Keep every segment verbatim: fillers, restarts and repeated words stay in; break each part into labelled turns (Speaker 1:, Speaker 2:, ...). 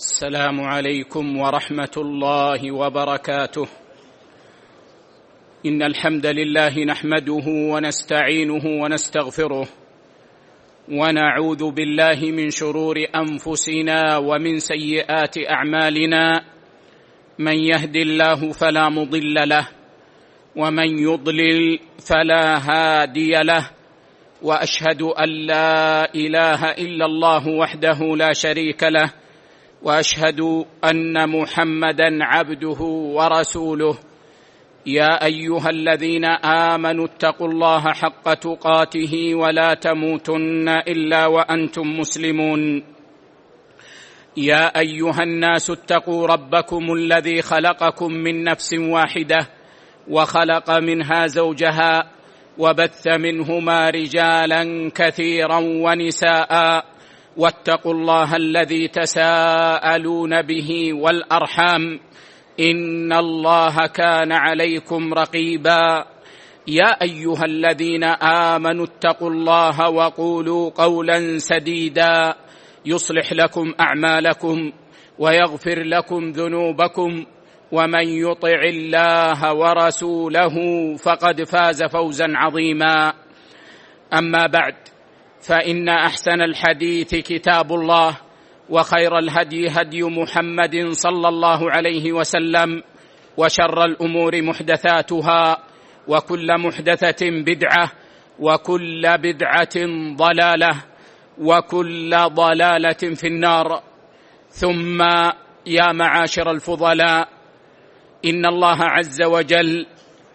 Speaker 1: السلام عليكم ورحمة الله وبركاته. إن الحمد لله نحمده ونستعينه ونستغفره، ونعوذ بالله من شرور أنفسنا ومن سيئات أعمالنا. من يهد الله فلا مضل له، ومن يضلل فلا هادي له، وأشهد أن لا إله إلا الله وحده لا شريك له، وأشهد أن محمدًا عبده ورسوله. يا أيها الذين آمنوا اتقوا الله حق تقاته ولا تموتن إلا وأنتم مسلمون. يا أيها الناس اتقوا ربكم الذي خلقكم من نفس واحدة، وخلق منها زوجها، وبث منهما رجالا كثيرا ونساء، واتقوا الله الذي تساءلون به والأرحام، إن الله كان عليكم رقيبا. يا أيها الذين آمنوا اتقوا الله وقولوا قولا سديدا يصلح لكم أعمالكم ويغفر لكم ذنوبكم، ومن يطع الله ورسوله فقد فاز فوزا عظيما. أما بعد، فإن أحسن الحديث كتاب الله، وخير الهدي هدي محمد صلى الله عليه وسلم، وشر الأمور محدثاتها، وكل محدثة بدعة، وكل بدعة ضلالة، وكل ضلالة في النار. ثم يا معاشر الفضلاء، إن الله عز وجل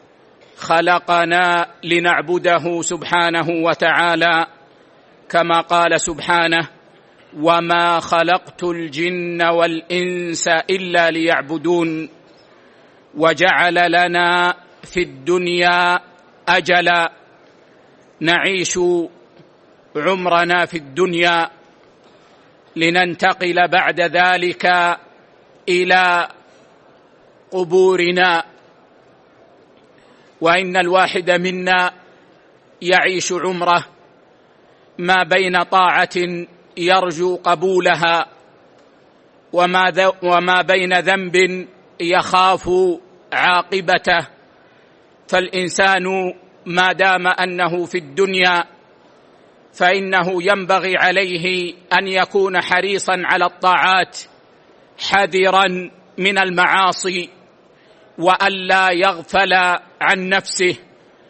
Speaker 1: خلقنا لنعبده سبحانه وتعالى، كما قال سبحانه: وما خلقت الجن والإنس إلا ليعبدون. وجعل لنا في الدنيا أجلا نعيش عمرنا في الدنيا، لننتقل بعد ذلك إلى قبورنا. وإن الواحد منا يعيش عمره ما بين طاعة يرجو قبولها، وما, وما بين ذنب يخاف عاقبته. فالإنسان ما دام أنه في الدنيا فإنه ينبغي عليه أن يكون حريصا على الطاعات، حذرا من المعاصي، وألا يغفل عن نفسه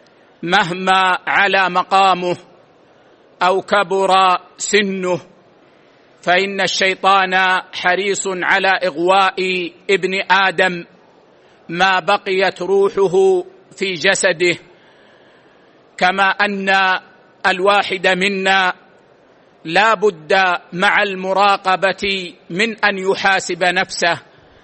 Speaker 1: مهما على مقامه أو كبر سنه، فإن الشيطان حريص على إغواء ابن آدم ما بقيت روحه في جسده. كما أن الواحد منا لا بد مع المراقبة من أن يحاسب نفسه،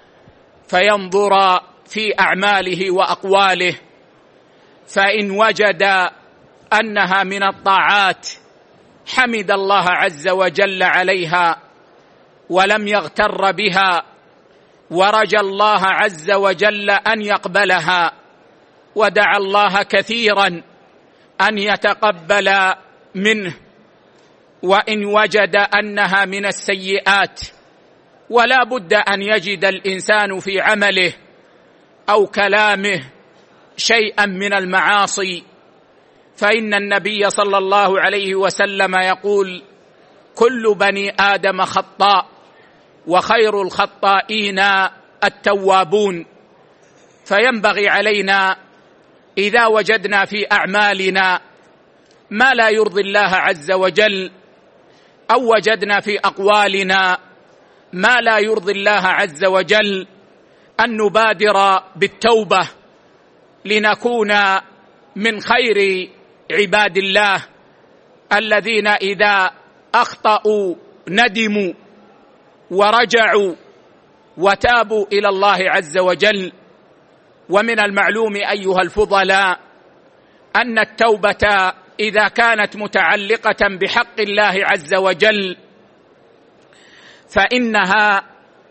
Speaker 1: فينظر في أعماله وأقواله، فإن وجد أنها من الطاعات حمد الله عز وجل عليها ولم يغتر بها، ورجى الله عز وجل أن يقبلها، ودعا الله كثيرا أن يتقبل منه. وإن وجد أنها من السيئات، ولا بد أن يجد الإنسان في عمله أو كلامه شيئا من المعاصي، فإن النبي صلى الله عليه وسلم يقول: كل بني آدم خطاء، وخير الخطائين التوابون. فينبغي علينا إذا وجدنا في أعمالنا ما لا يرضي الله عز وجل، أو وجدنا في أقوالنا ما لا يرضي الله عز وجل، أن نبادر بالتوبة، لنكون من خير عباد الله الذين إذا أخطأوا ندموا ورجعوا وتابوا إلى الله عز وجل. ومن المعلوم أيها الفضلاء أن التوبة إذا كانت متعلقة بحق الله عز وجل فإنها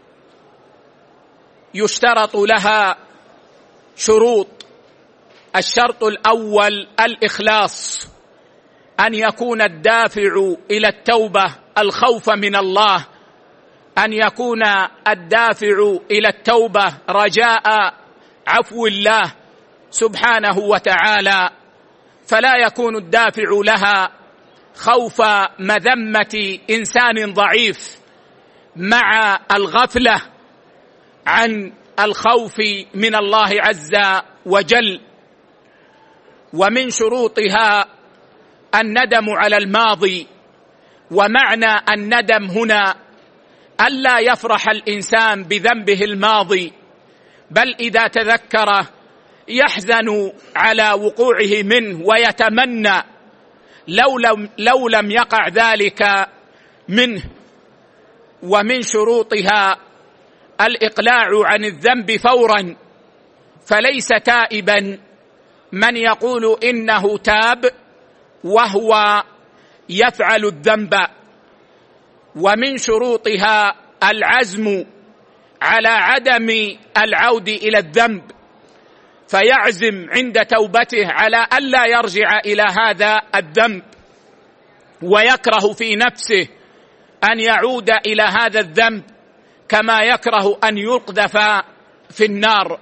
Speaker 1: يشترط لها شروط. الشرط الأول الإخلاص، أن يكون الدافع إلى التوبة الخوف من الله أن يكون الدافع إلى التوبة رجاء عفو الله سبحانه وتعالى، فلا يكون الدافع لها خوف مذمة إنسان ضعيف مع الغفلة عن الخوف من الله عز وجل. ومن شروطها الندم على الماضي، ومعنى الندم هنا ألا يفرح الإنسان بذنبه الماضي، بل إذا تذكره يحزن على وقوعه منه ويتمنى لو لم, لو لم يقع ذلك منه. ومن شروطها الإقلاع عن الذنب فورا، فليس تائبا من يقول إنه تاب وهو يفعل الذنب. ومن شروطها العزم على عدم العود إلى الذنب، فيعزم عند توبته على ألا يرجع إلى هذا الذنب، ويكره في نفسه أن يعود إلى هذا الذنب كما يكره أن يقذف في النار.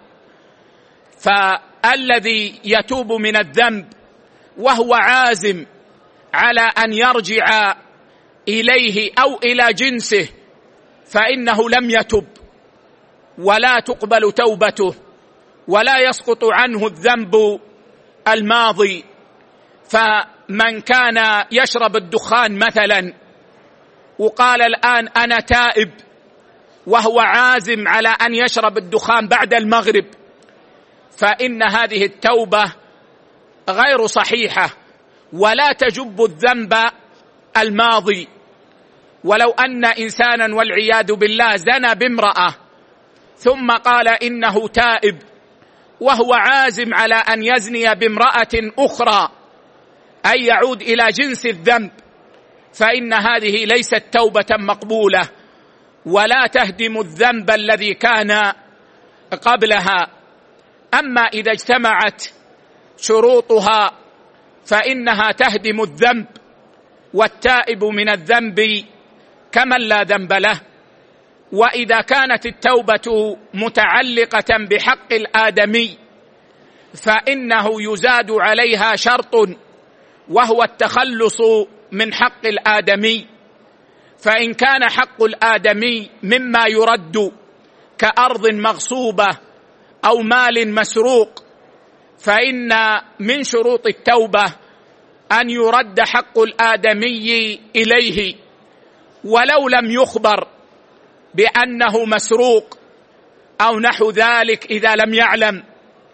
Speaker 1: فالذي يتوب من الذنب وهو عازم على أن يرجع إليه أو إلى جنسه فإنه لم يتب، ولا تقبل توبته، ولا يسقط عنه الذنب الماضي. فمن كان يشرب الدخان مثلا وقال الآن أنا تائب، وهو عازم على أن يشرب الدخان بعد المغرب، فإن هذه التوبة غير صحيحة ولا تجب الذنب الماضي. ولو أن إنسانا والعياذ بالله زنى بامرأة ثم قال إنه تائب وهو عازم على أن يزني بامرأة أخرى أي يعود إلى جنس الذنب، فإن هذه ليست توبة مقبولة ولا تهدم الذنب الذي كان قبلها. أما إذا اجتمعت شروطها فإنها تهدم الذنب، والتائب من الذنب كمن لا ذنب له. وإذا كانت التوبة متعلقة بحق الآدمي فإنه يزاد عليها شرط، وهو التخلص من حق الآدمي. فإن كان حق الآدمي مما يرد كأرض مغصوبة أو مال مسروق، فإن من شروط التوبة أن يرد حق الآدمي إليه ولو لم يخبر بأنه مسروق أو نحو ذلك إذا لم يعلم.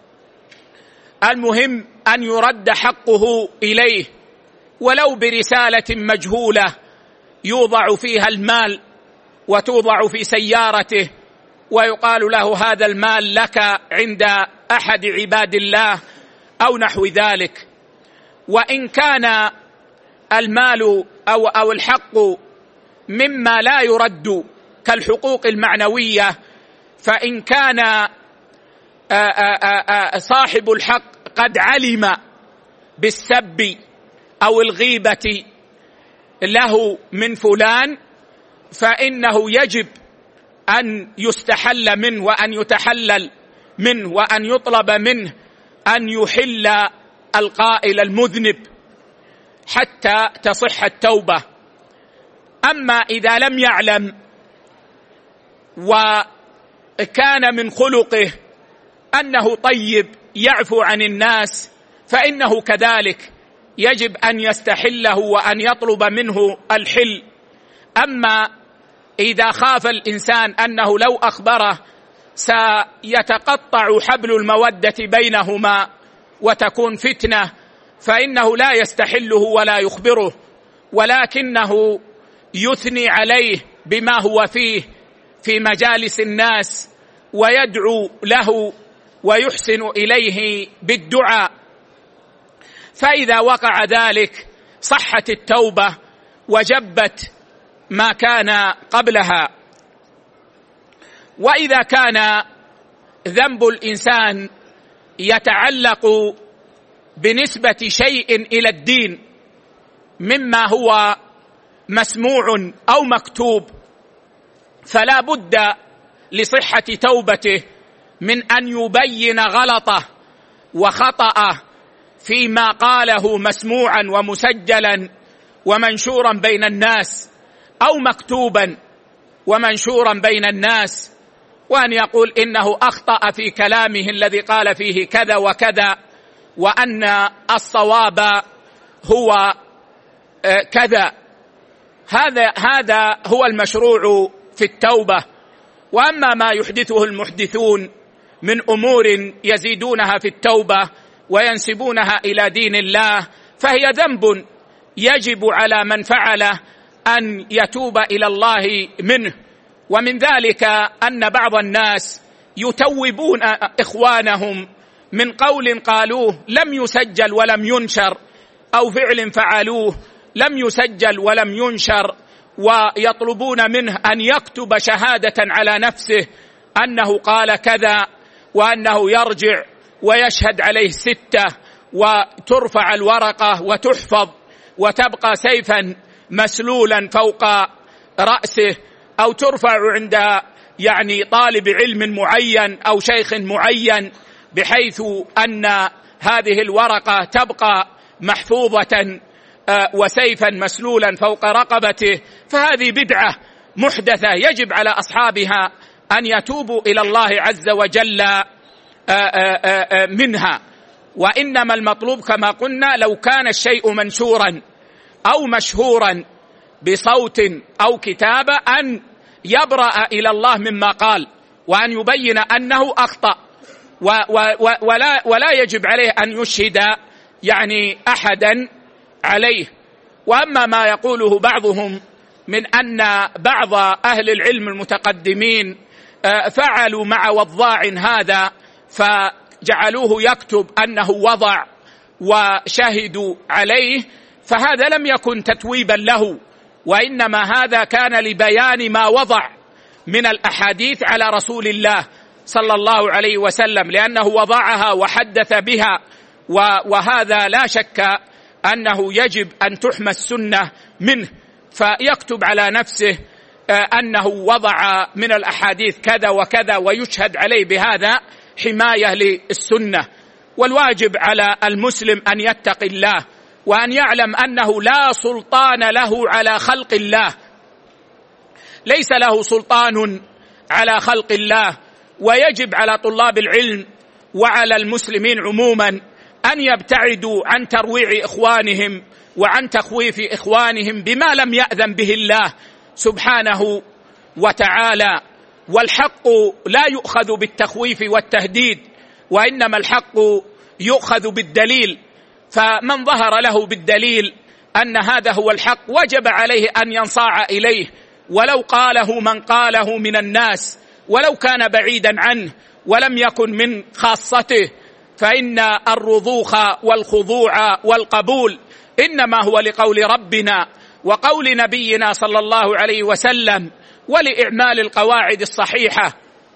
Speaker 1: المهم أن يرد حقه إليه ولو برسالة مجهولة يوضع فيها المال وتوضع في سيارته ويقال له هذا المال لك عند أحد عباد الله أو نحو ذلك. وإن كان المال أو أو الحق مما لا يرد كالحقوق المعنوية، فإن كان صاحب الحق قد علم بالسب أو الغيبة له من فلان فإنه يجب أن يستحل منه وأن يتحلل منه وأن يطلب منه أن يحل القائل المذنب حتى تصح التوبة. أما إذا لم يعلم وكان من خلقه أنه طيب يعفو عن الناس فإنه كذلك يجب أن يستحله وأن يطلب منه الحل. أما إذا خاف الإنسان أنه لو أخبره سيتقطع حبل المودة بينهما وتكون فتنة، فإنه لا يستحله ولا يخبره، ولكنه يثني عليه بما هو فيه في مجالس الناس ويدعو له ويحسن إليه بالدعاء. فإذا وقع ذلك صحت التوبة وجبت ما كان قبلها. وإذا كان ذنب الإنسان يتعلق بنسبة شيء إلى الدين مما هو مسموع أو مكتوب، فلا بد لصحة توبته من أن يبين غلطه وخطأه فيما قاله مسموعا ومسجلا ومنشورا بين الناس أو مكتوبا ومنشورا بين الناس، وأن يقول إنه أخطأ في كلامه الذي قال فيه كذا وكذا، وأن الصواب هو كذا. هذا هذا هو المشروع في التوبة. وأما ما يحدثه المحدثون من أمور يزيدونها في التوبة وينسبونها إلى دين الله فهي ذنب يجب على من فعله أن يتوب إلى الله منه. ومن ذلك أن بعض الناس يتوبون إخوانهم من قول قالوه لم يسجل ولم ينشر، أو فعل فعلوه لم يسجل ولم ينشر، ويطلبون منه أن يكتب شهادة على نفسه أنه قال كذا، وأنه يرجع ويشهد عليه ستة، وترفع الورقة وتحفظ وتبقى سيفا مسلولا فوق رأسه، أو ترفع عند يعني طالب علم معين أو شيخ معين، بحيث أن هذه الورقة تبقى محفوظة وسيفا مسلولا فوق رقبته. فهذه بدعة محدثة يجب على أصحابها أن يتوبوا إلى الله عز وجل منها. وإنما المطلوب كما قلنا لو كان الشيء منشورا أو مشهورا بصوت أو كتابة أن يبرأ إلى الله مما قال، وأن يبين أنه أخطأ، ولا, ولا يجب عليه أن يشهد يعني أحدا عليه. وأما ما يقوله بعضهم من أن بعض أهل العلم المتقدمين فعلوا مع وضاع هذا فجعلوه يكتب أنه وضع وشهدوا عليه، فهذا لم يكن تتويبا له، وإنما هذا كان لبيان ما وضع من الأحاديث على رسول الله صلى الله عليه وسلم، لأنه وضعها وحدث بها، وهذا لا شك أنه يجب أن تحمى السنة منه، فيكتب على نفسه أنه وضع من الأحاديث كذا وكذا ويشهد عليه بهذا حماية للسنة. والواجب على المسلم أن يتقي الله وأن يعلم أنه لا سلطان له على خلق الله، ليس له سلطان على خلق الله. ويجب على طلاب العلم وعلى المسلمين عموما أن يبتعدوا عن ترويع إخوانهم وعن تخويف إخوانهم بما لم يأذن به الله سبحانه وتعالى. والحق لا يؤخذ بالتخويف والتهديد، وإنما الحق يؤخذ بالدليل. فمن ظهر له بالدليل أن هذا هو الحق وجب عليه أن ينصاع إليه، ولو قاله من قاله من الناس، ولو كان بعيدا عنه ولم يكن من خاصته، فإن الرضوخ والخضوع والقبول إنما هو لقول ربنا وقول نبينا صلى الله عليه وسلم ولإعمال القواعد الصحيحة.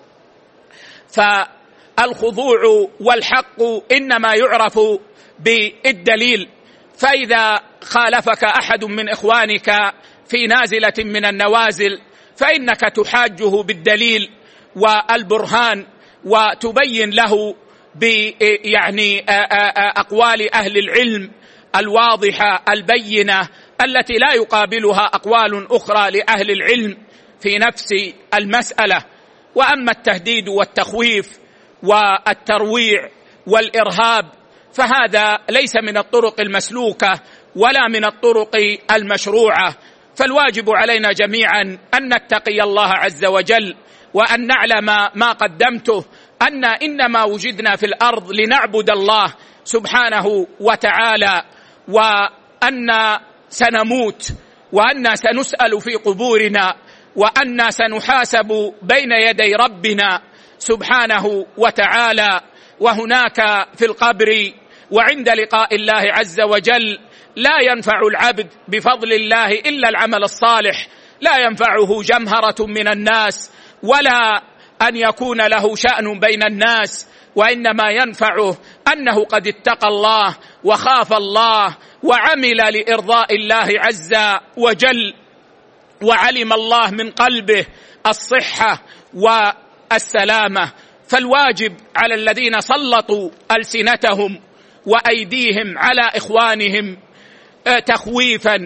Speaker 1: فالخضوع والحق إنما يعرف بالدليل. فإذا خالفك أحد من إخوانك في نازلة من النوازل فإنك تحاجه بالدليل والبرهان، وتبين له يعني أقوال أهل العلم الواضحة البينة التي لا يقابلها أقوال أخرى لأهل العلم في نفس المسألة. وأما التهديد والتخويف والترويع والإرهاب فهذا ليس من الطرق المسلوكة ولا من الطرق المشروعة. فالواجب علينا جميعا أن نتقي الله عز وجل، وأن نعلم ما قدمته، أن إنما وجدنا في الأرض لنعبد الله سبحانه وتعالى، وأن سنموت، وأن سنسأل في قبورنا، وأن سنحاسب بين يدي ربنا سبحانه وتعالى. وهناك في القبر وعند لقاء الله عز وجل لا ينفع العبد بفضل الله إلا العمل الصالح، لا ينفعه جمهرة من الناس ولا أن يكون له شأن بين الناس، وإنما ينفعه أنه قد اتقى الله وخاف الله وعمل لإرضاء الله عز وجل، وعلم الله من قلبه الصحة والسلامة. فالواجب على الذين سلطوا ألسنتهم وأيديهم على إخوانهم تخويفا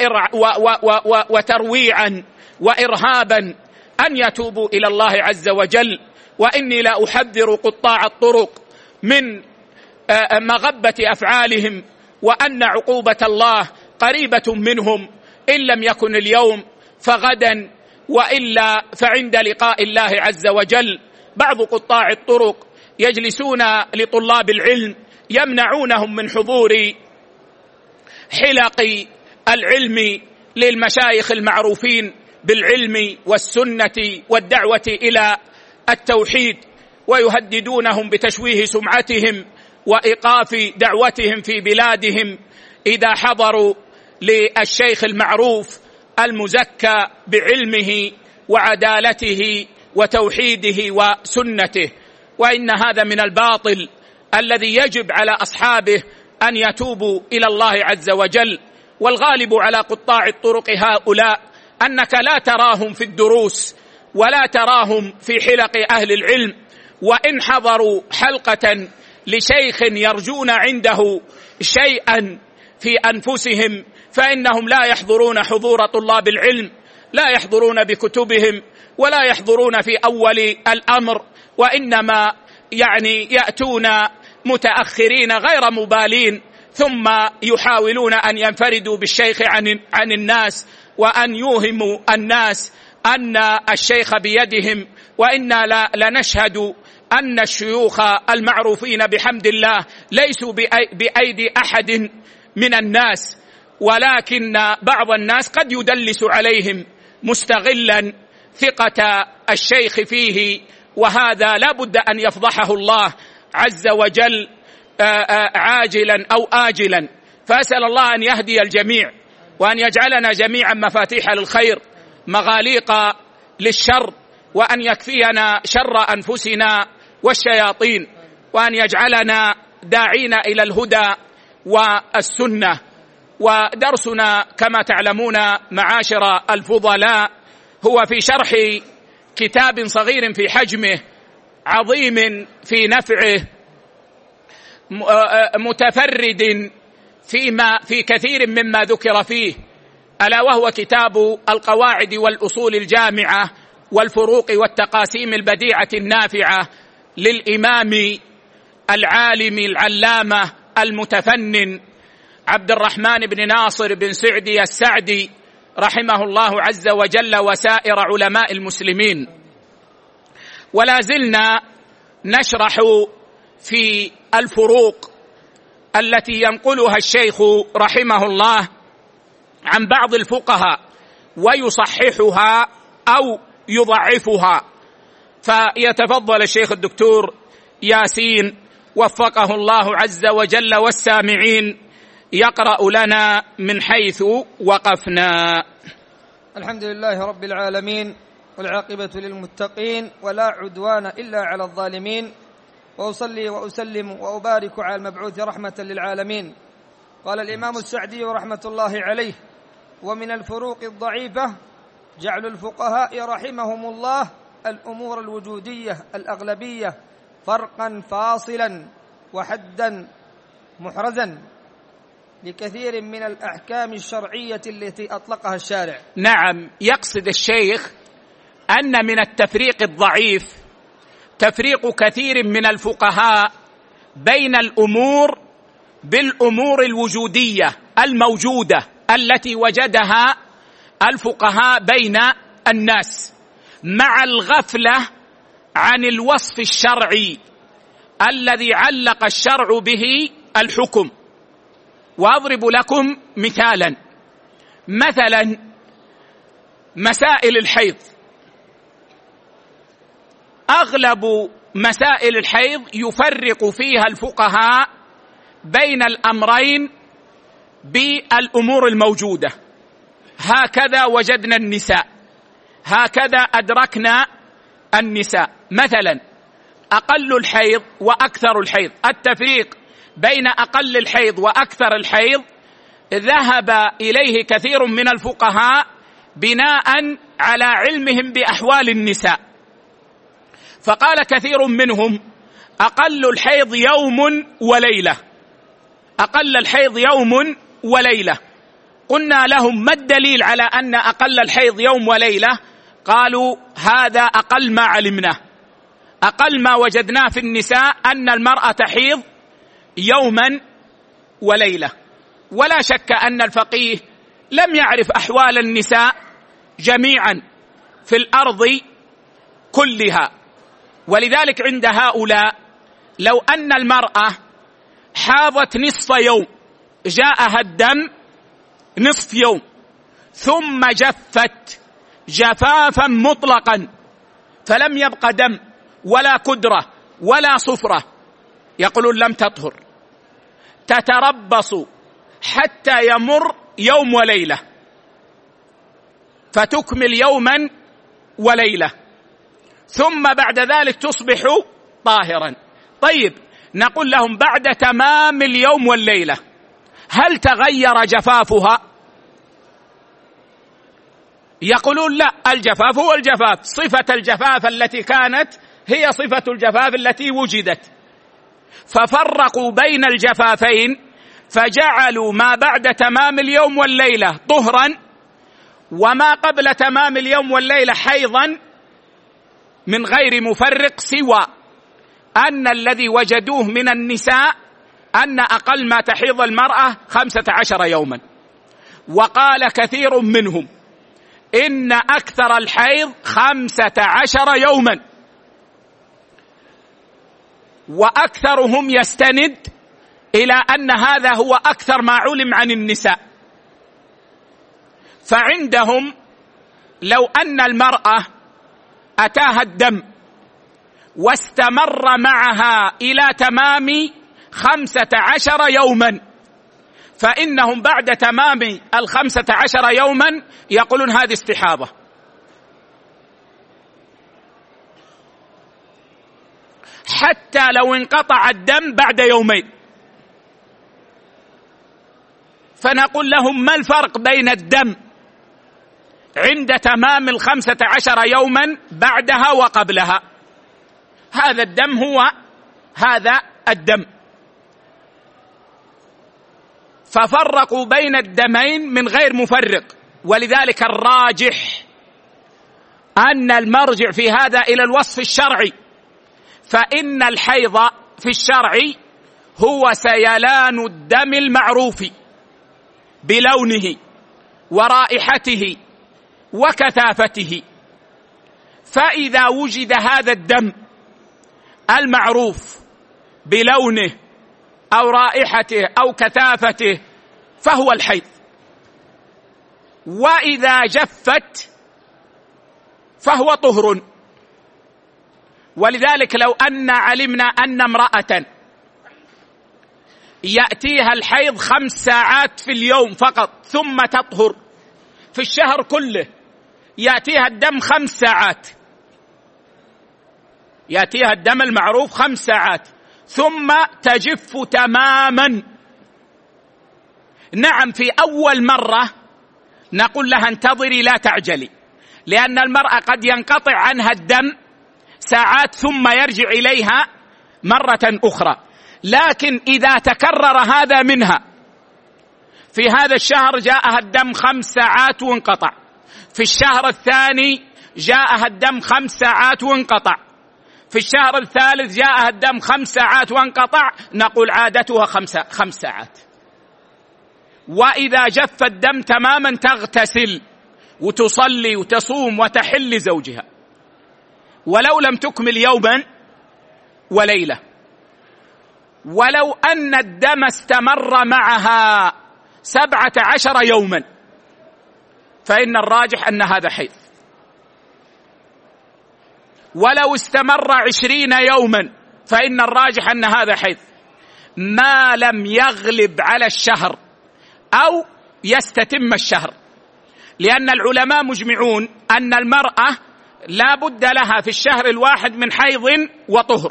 Speaker 1: وترويعا وإرهابا أن يتوبوا إلى الله عز وجل. وإني لا أحذر قطاع الطرق من مغبة أفعالهم، وأن عقوبة الله قريبة منهم، إن لم يكن اليوم فغدا، وإلا فعند لقاء الله عز وجل. بعض قطاع الطرق يجلسون لطلاب العلم يمنعونهم من حضور حلق العلم للمشايخ المعروفين بالعلم والسنة والدعوة إلى التوحيد، ويهددونهم بتشويه سمعتهم وإيقاف دعوتهم في بلادهم إذا حضروا للشيخ المعروف المزكى بعلمه وعدالته وتوحيده وسنته. وإن هذا من الباطل الذي يجب على أصحابه أن يتوبوا إلى الله عز وجل. والغالب على قطاع الطرق هؤلاء أنك لا تراهم في الدروس ولا تراهم في حلق أهل العلم، وإن حضروا حلقة لشيخ يرجون عنده شيئا في أنفسهم فإنهم لا يحضرون حضور طلاب العلم، لا يحضرون بكتبهم ولا يحضرون في أول الأمر، وإنما يعني يأتون متأخرين غير مبالين، ثم يحاولون أن ينفردوا بالشيخ عن عن الناس، وأن يوهموا الناس أن الشيخ بيدهم. وإنا لا لنشهد أن الشيوخ المعروفين بحمد الله ليسوا بأيدي أحد من الناس، ولكن بعض الناس قد يدلس عليهم مستغلا ثقة الشيخ فيه، وهذا لا بد أن يفضحه الله عز وجل عاجلا أو آجلا. فأسأل الله أن يهدي الجميع، وأن يجعلنا جميعا مفاتيح للخير مغاليق للشر، وأن يكفينا شر أنفسنا والشياطين، وأن يجعلنا داعين إلى الهدى والسنة. ودرسنا كما تعلمون معاشر الفضلاء هو في شرح كتاب صغير في حجمه عظيم في نفعه متفرد فيما في كثير مما ذكر فيه، ألا وهو كتاب القواعد والأصول الجامعة والفروق والتقاسيم البديعة النافعة للإمام العالم العلامة المتفنن عبد الرحمن بن ناصر بن سعدي السعدي رحمه الله عز وجل وسائر علماء المسلمين. ولا زلنا نشرح في الفروق التي ينقلها الشيخ رحمه الله عن بعض الفقهاء ويصححها أو يضعفها. فيتفضل الشيخ الدكتور ياسين وفقه الله عز وجل والسامعين يقرأ لنا من حيث وقفنا.
Speaker 2: الحمد لله رب العالمين، والعاقبة للمتقين، ولا عدوان إلا على الظالمين، وأصلي وأسلم وأبارك على المبعوث رحمة للعالمين. قال الإمام السعدي رحمة الله عليه: ومن الفروق الضعيفة جعل الفقهاء رحمهم الله الأمور الوجودية الأغلبية فرقا فاصلا وحدا محرزا لكثير من الأحكام الشرعية التي أطلقها الشارع.
Speaker 1: نعم، يقصد الشيخ أن من التفريق الضعيف تفريق كثير من الفقهاء بين الأمور بالأمور الوجودية الموجودة التي وجدها الفقهاء بين الناس، مع الغفلة عن الوصف الشرعي الذي علق الشرع به الحكم. وأضرب لكم مثالا، مثلا مسائل الحيض، أغلب مسائل الحيض يفرق فيها الفقهاء بين الأمرين بالأمور الموجودة. هكذا وجدنا النساء، هكذا أدركنا النساء. مثلا أقل الحيض وأكثر الحيض، التفريق بين أقل الحيض وأكثر الحيض ذهب إليه كثير من الفقهاء بناء على علمهم بأحوال النساء، فقال كثير منهم: أقل الحيض يوم وليلة، أقل الحيض يوم وليلة. قلنا لهم: ما الدليل على أن أقل الحيض يوم وليلة؟ قالوا: هذا أقل ما علمناه، أقل ما وجدناه في النساء أن المرأة تحيض يوما وليلة. ولا شك أن الفقيه لم يعرف أحوال النساء جميعا في الأرض كلها، ولذلك عند هؤلاء لو أن المرأة حاضت نصف يوم، جاءها الدم نصف يوم ثم جفت جفافا مطلقا فلم يبق دم ولا كدرة ولا صفرة، يقولون لم تطهر، تتربص حتى يمر يوم وليلة فتكمل يوما وليلة، ثم بعد ذلك تصبح طاهرا. طيب، نقول لهم: بعد تمام اليوم والليلة هل تغير جفافها؟ يقولون: لا، الجفاف هو الجفاف، صفة الجفاف التي كانت هي صفة الجفاف التي وجدت. ففرقوا بين الجفافين فجعلوا ما بعد تمام اليوم والليلة طهرا، وما قبل تمام اليوم والليلة حيضا من غير مفرق، سوى أن الذي وجدوه من النساء أن أقل ما تحيض المرأة خمسة عشر يوما. وقال كثير منهم إن أكثر الحيض خمسة عشر يوما، وأكثرهم يستند إلى أن هذا هو أكثر ما علم عن النساء. فعندهم لو أن المرأة أتاها الدم واستمر معها إلى تمام خمسة عشر يوما، فإنهم بعد تمام الخمسة عشر يوما يقولون هذه استحاضة. حتى لو انقطع الدم بعد يومين، فنقول لهم: ما الفرق بين الدم عند تمام الخمسة عشر يوما بعدها وقبلها؟ هذا الدم هو هذا الدم. ففرقوا بين الدمين من غير مفرق، ولذلك الراجح أن المرجع في هذا إلى الوصف الشرعي، فإن الحيض في الشرع هو سيلان الدم المعروف بلونه ورائحته وكثافته، فإذا وجد هذا الدم المعروف بلونه أو رائحته أو كثافته فهو الحيض. وإذا جفت فهو طهر. ولذلك لو أن علمنا أن امرأة يأتيها الحيض خمس ساعات في اليوم فقط ثم تطهر، في الشهر كله يأتيها الدم خمس ساعات، يأتيها الدم المعروف خمس ساعات ثم تجف تماما، نعم في أول مرة نقول لها انتظري لا تعجلي، لأن المرأة قد ينقطع عنها الدم ساعات ثم يرجع إليها مرة أخرى. لكن إذا تكرر هذا منها، في هذا الشهر جاءها الدم خمس ساعات وانقطع، في الشهر الثاني جاءها الدم خمس ساعات وانقطع، في الشهر الثالث جاءها الدم خمس ساعات وانقطع، نقول عادتها خمس خمس ساعات. وإذا جف الدم تماما تغتسل وتصلي وتصوم وتحل زوجها، ولو لم تكمل يوما وليلة. ولو أن الدم استمر معها سبعة عشر يوما فإن الراجح أن هذا حيض، ولو استمر عشرين يوما فإن الراجح أن هذا حيض، ما لم يغلب على الشهر أو يستتم الشهر، لأن العلماء مجمعون أن المرأة لا بد لها في الشهر الواحد من حيض وطهر،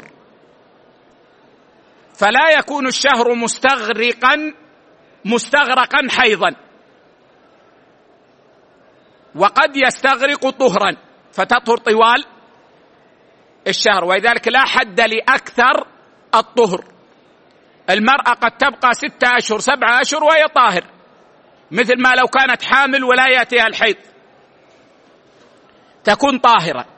Speaker 1: فلا يكون الشهر مستغرقا مستغرقا حيضا. وقد يستغرق طهرا فتطهر طوال الشهر، ولذلك لا حد لأكثر الطهر. المرأة قد تبقى ستة أشهر سبعة أشهر وهي طاهر، مثل ما لو كانت حامل ولا يأتيها الحيض تكون طاهرة.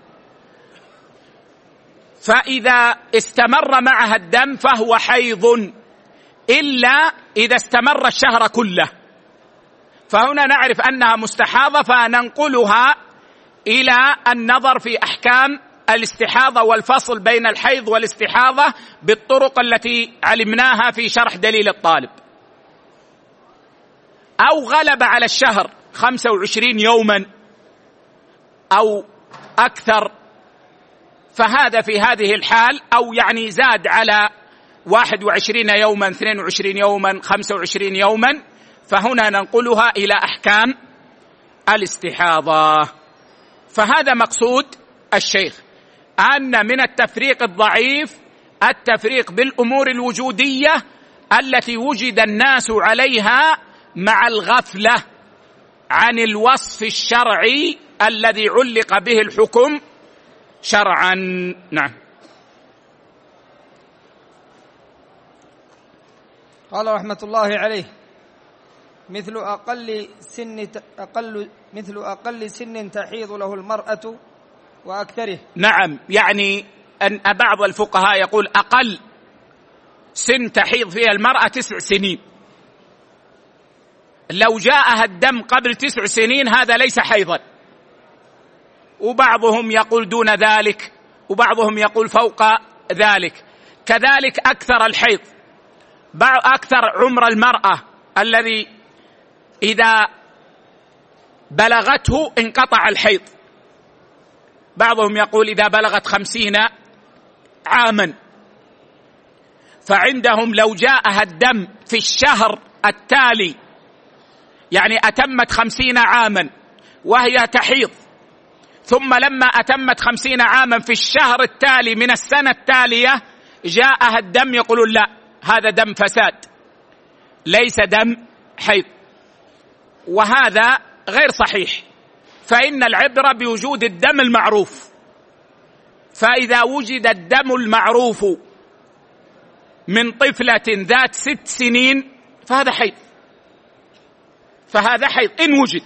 Speaker 1: فإذا استمر معها الدم فهو حيض، إلا إذا استمر الشهر كله، فهنا نعرف أنها مستحاضة، فننقلها إلى النظر في أحكام الاستحاضة والفصل بين الحيض والاستحاضة بالطرق التي علمناها في شرح دليل الطالب. أو غلب على الشهر خمسة وعشرين يوما أو أكثر، فهذا في هذه الحال، أو يعني زاد على واحد وعشرين يوما اثنين وعشرين يوما خمسة وعشرين يوما، فهنا ننقلها إلى أحكام الاستحاضة. فهذا مقصود الشيخ، أن من التفريق الضعيف التفريق بالأمور الوجودية التي وجد الناس عليها مع الغفلة عن الوصف الشرعي الذي علق به الحكم شرعا. نعم.
Speaker 2: قال رحمة الله عليه: مثل أقل سن أقل مثل أقل سن تحيض له المرأة وأكثره.
Speaker 1: نعم، يعني أن بعض الفقهاء يقول أقل سن تحيض فيها المرأة تسع سنين، لو جاءها الدم قبل تسع سنين هذا ليس حيضا، وبعضهم يقول دون ذلك، وبعضهم يقول فوق ذلك. كذلك أكثر الحيض، أكثر عمر المرأة الذي إذا بلغته انقطع الحيض، بعضهم يقول إذا بلغت خمسين عاما، فعندهم لو جاءها الدم في الشهر التالي، يعني أتمت خمسين عاما وهي تحيض، ثم لما أتمت خمسين عاما في الشهر التالي من السنة التالية جاءها الدم، يقولون لا، هذا دم فساد ليس دم حيض، وهذا غير صحيح. فإن العبرة بوجود الدم المعروف، فإذا وجد الدم المعروف من طفلة ذات ست سنين فهذا حيض، فهذا حيض إن وجد.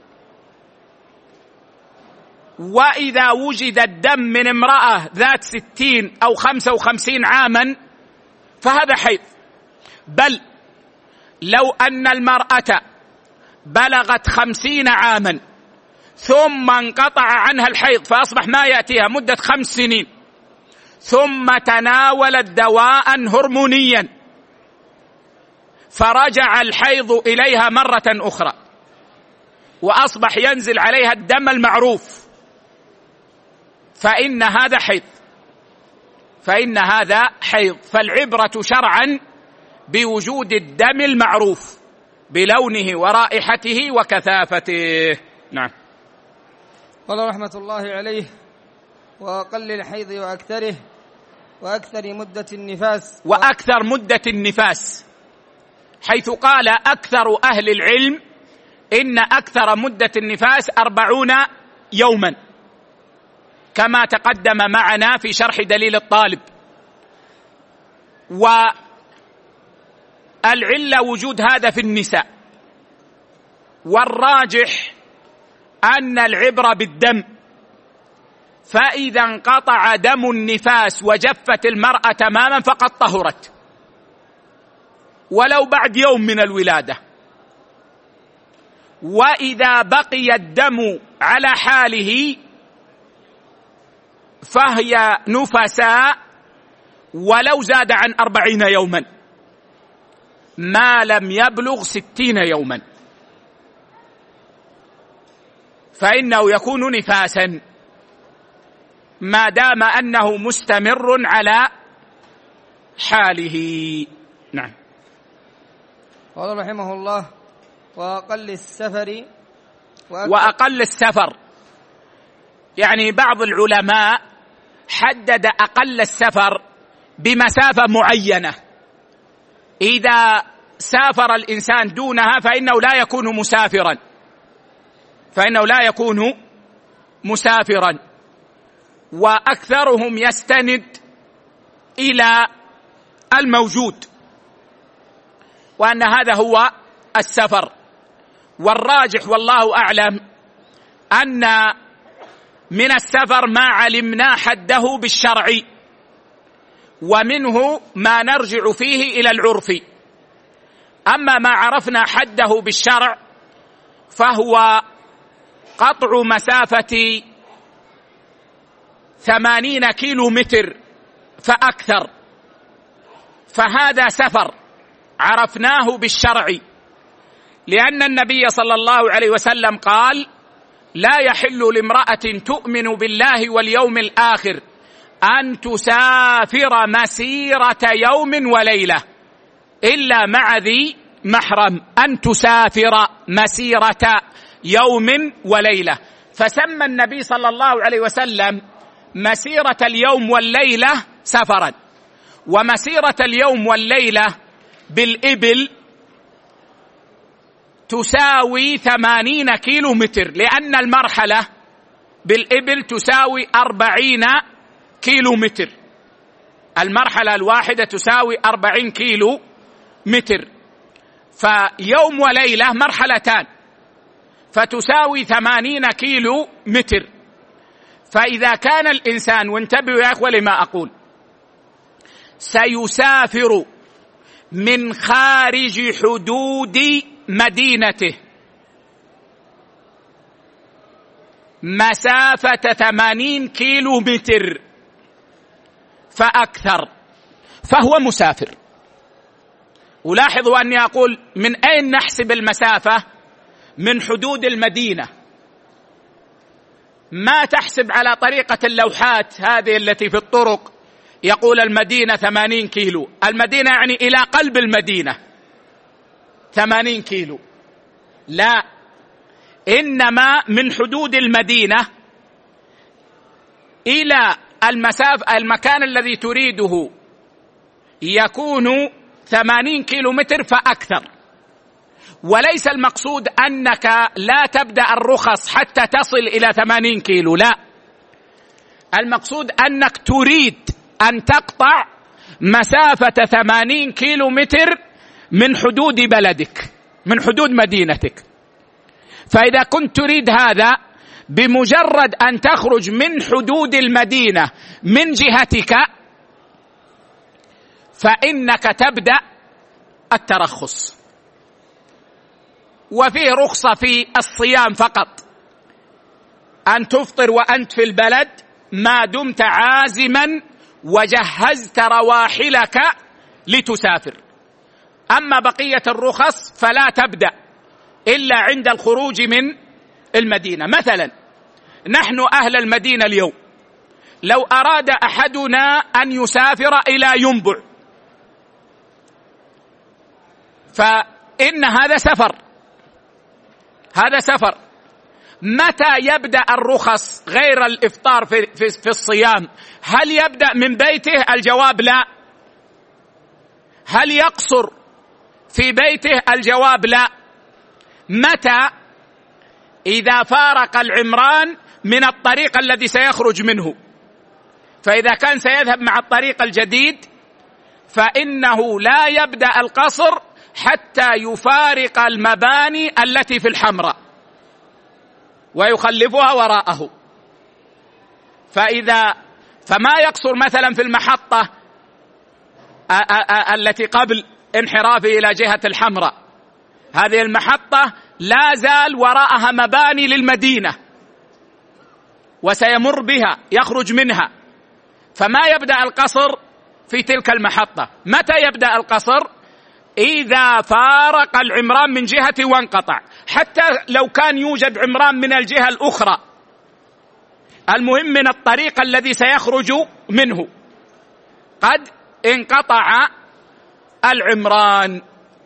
Speaker 1: وإذا وجد الدم من امرأة ذات ستين أو خمسة وخمسين عاما فهذا حيض. بل لو أن المرأة بلغت خمسين عاما ثم انقطع عنها الحيض فأصبح ما يأتيها مدة خمس سنين، ثم تناولت دواء هرمونيا فرجع الحيض إليها مرة أخرى وأصبح ينزل عليها الدم المعروف، فإن هذا حيض، فإن هذا حيض. فالعبرة شرعا بوجود الدم المعروف بلونه ورائحته وكثافته. نعم.
Speaker 2: قال رحمة الله عليه: وأقل الحيض وأكثره وأكثر مدة النفاس.
Speaker 1: وأكثر مدة النفاس، حيث قال أكثر أهل العلم إن أكثر مدة النفاس أربعون يوما، كما تقدم معنا في شرح دليل الطالب. والعلة وجود هذا في النساء، والراجح أن العبرة بالدم، فإذا انقطع دم النفاس وجفت المرأة تماما فقد طهرت ولو بعد يوم من الولادة. وإذا بقي الدم على حاله فهي نفساء ولو زاد عن أربعين يوما ما لم يبلغ ستين يوما، فإنه يكون نفاسا ما دام أنه مستمر على حاله. نعم.
Speaker 2: قال رحمه الله: وأقل السفر
Speaker 1: وأقل السفر، يعني بعض العلماء حدد أقل السفر بمسافة معينة، إذا سافر الإنسان دونها فإنه لا يكون مسافرا، فإنه لا يكون مسافرا. وأكثرهم يستند إلى الموجود وأن هذا هو السفر. والراجح والله أعلم أن من السفر ما علمنا حده بالشرع، ومنه ما نرجع فيه إلى العرف. أما ما عرفنا حده بالشرع فهو قطع مسافة ثمانين كيلو متر فأكثر، فهذا سفر عرفناه بالشرع، لأن النبي صلى الله عليه وسلم قال: لا يحل لامرأة تؤمن بالله واليوم الآخر أن تسافر مسيرة يوم وليلة إلا مع ذي محرم، أن تسافر مسيرة يوم وليلة. فسمى النبي صلى الله عليه وسلم مسيرة اليوم والليلة سفرا، ومسيرة اليوم والليلة بالإبل تساوي ثمانين كيلو متر، لأن المرحلة بالإبل تساوي أربعين كيلو متر، المرحلة الواحدة تساوي أربعين كيلو متر، فيوم وليلة مرحلتان فتساوي ثمانين كيلو متر. فإذا كان الإنسان، وانتبهوا يا أخوة لما أقول، سيسافر من خارج حدود مدينته مسافة ثمانين كيلو متر فأكثر فهو مسافر. ولاحظوا أني أقول من أين نحسب المسافة؟ من حدود المدينة، ما تحسب على طريقة اللوحات هذه التي في الطرق يقول المدينة ثمانين كيلو، المدينة يعني إلى قلب المدينة ثمانين كيلو، لا، إنما من حدود المدينة إلى المسافة المكان الذي تريده يكون ثمانين كيلو متر فأكثر. وليس المقصود أنك لا تبدأ الرخص حتى تصل إلى ثمانين كيلو، لا، المقصود أنك تريد أن تقطع مسافة ثمانين كيلو متر من حدود بلدك، من حدود مدينتك. فإذا كنت تريد هذا، بمجرد أن تخرج من حدود المدينة من جهتك فإنك تبدأ الترخص. وفيه رخصة في الصيام فقط، أن تفطر وأنت في البلد ما دمت عازما وجهزت رواحلك لتسافر. أما بقية الرخص فلا تبدأ إلا عند الخروج من المدينة. مثلا نحن أهل المدينة اليوم لو أراد أحدنا أن يسافر إلى ينبع فإن هذا سفر، هذا سفر. متى يبدأ الرخص غير الإفطار في, في, في الصيام؟ هل يبدأ من بيته؟ الجواب لا. هل يقصر في بيته؟ الجواب لا. متى؟ إذا فارق العمران من الطريق الذي سيخرج منه. فإذا كان سيذهب مع الطريق الجديد فإنه لا يبدأ القصر حتى يفارق المباني التي في الحمراء ويخلفها وراءه. فإذا فما يقصر مثلا في المحطة التي قبل انحرافه إلى جهة الحمراء، هذه المحطة لا زال وراءها مباني للمدينة وسيمر بها يخرج منها، فما يبدأ القصر في تلك المحطة. متى يبدأ القصر؟ إذا فارق العمران من جهة وانقطع، حتى لو كان يوجد عمران من الجهة الأخرى، المهم من الطريق الذي سيخرج منه قد انقطع العمران.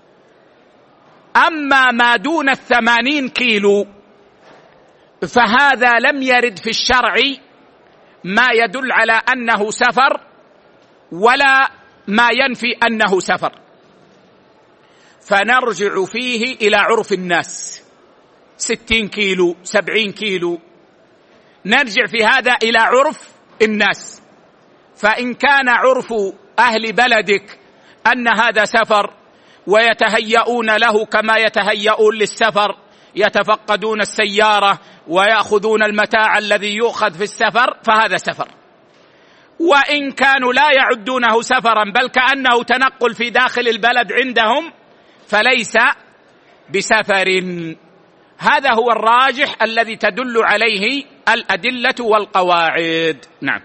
Speaker 1: أما ما دون الثمانين كيلو فهذا لم يرد في الشرع ما يدل على أنه سفر ولا ما ينفي أنه سفر، فنرجع فيه إلى عرف الناس. ستين كيلو سبعين كيلو. نرجع في هذا إلى عرف الناس، فإن كان عرف أهل بلدك أن هذا سفر ويتهيئون له كما يتهيئون للسفر، يتفقدون السيارة ويأخذون المتاع الذي يؤخذ في السفر، فهذا سفر. وإن كانوا لا يعدونه سفرا بل كأنه تنقل في داخل البلد عندهم فليس بسفر. هذا هو الراجح الذي تدل عليه الأدلة والقواعد. نعم.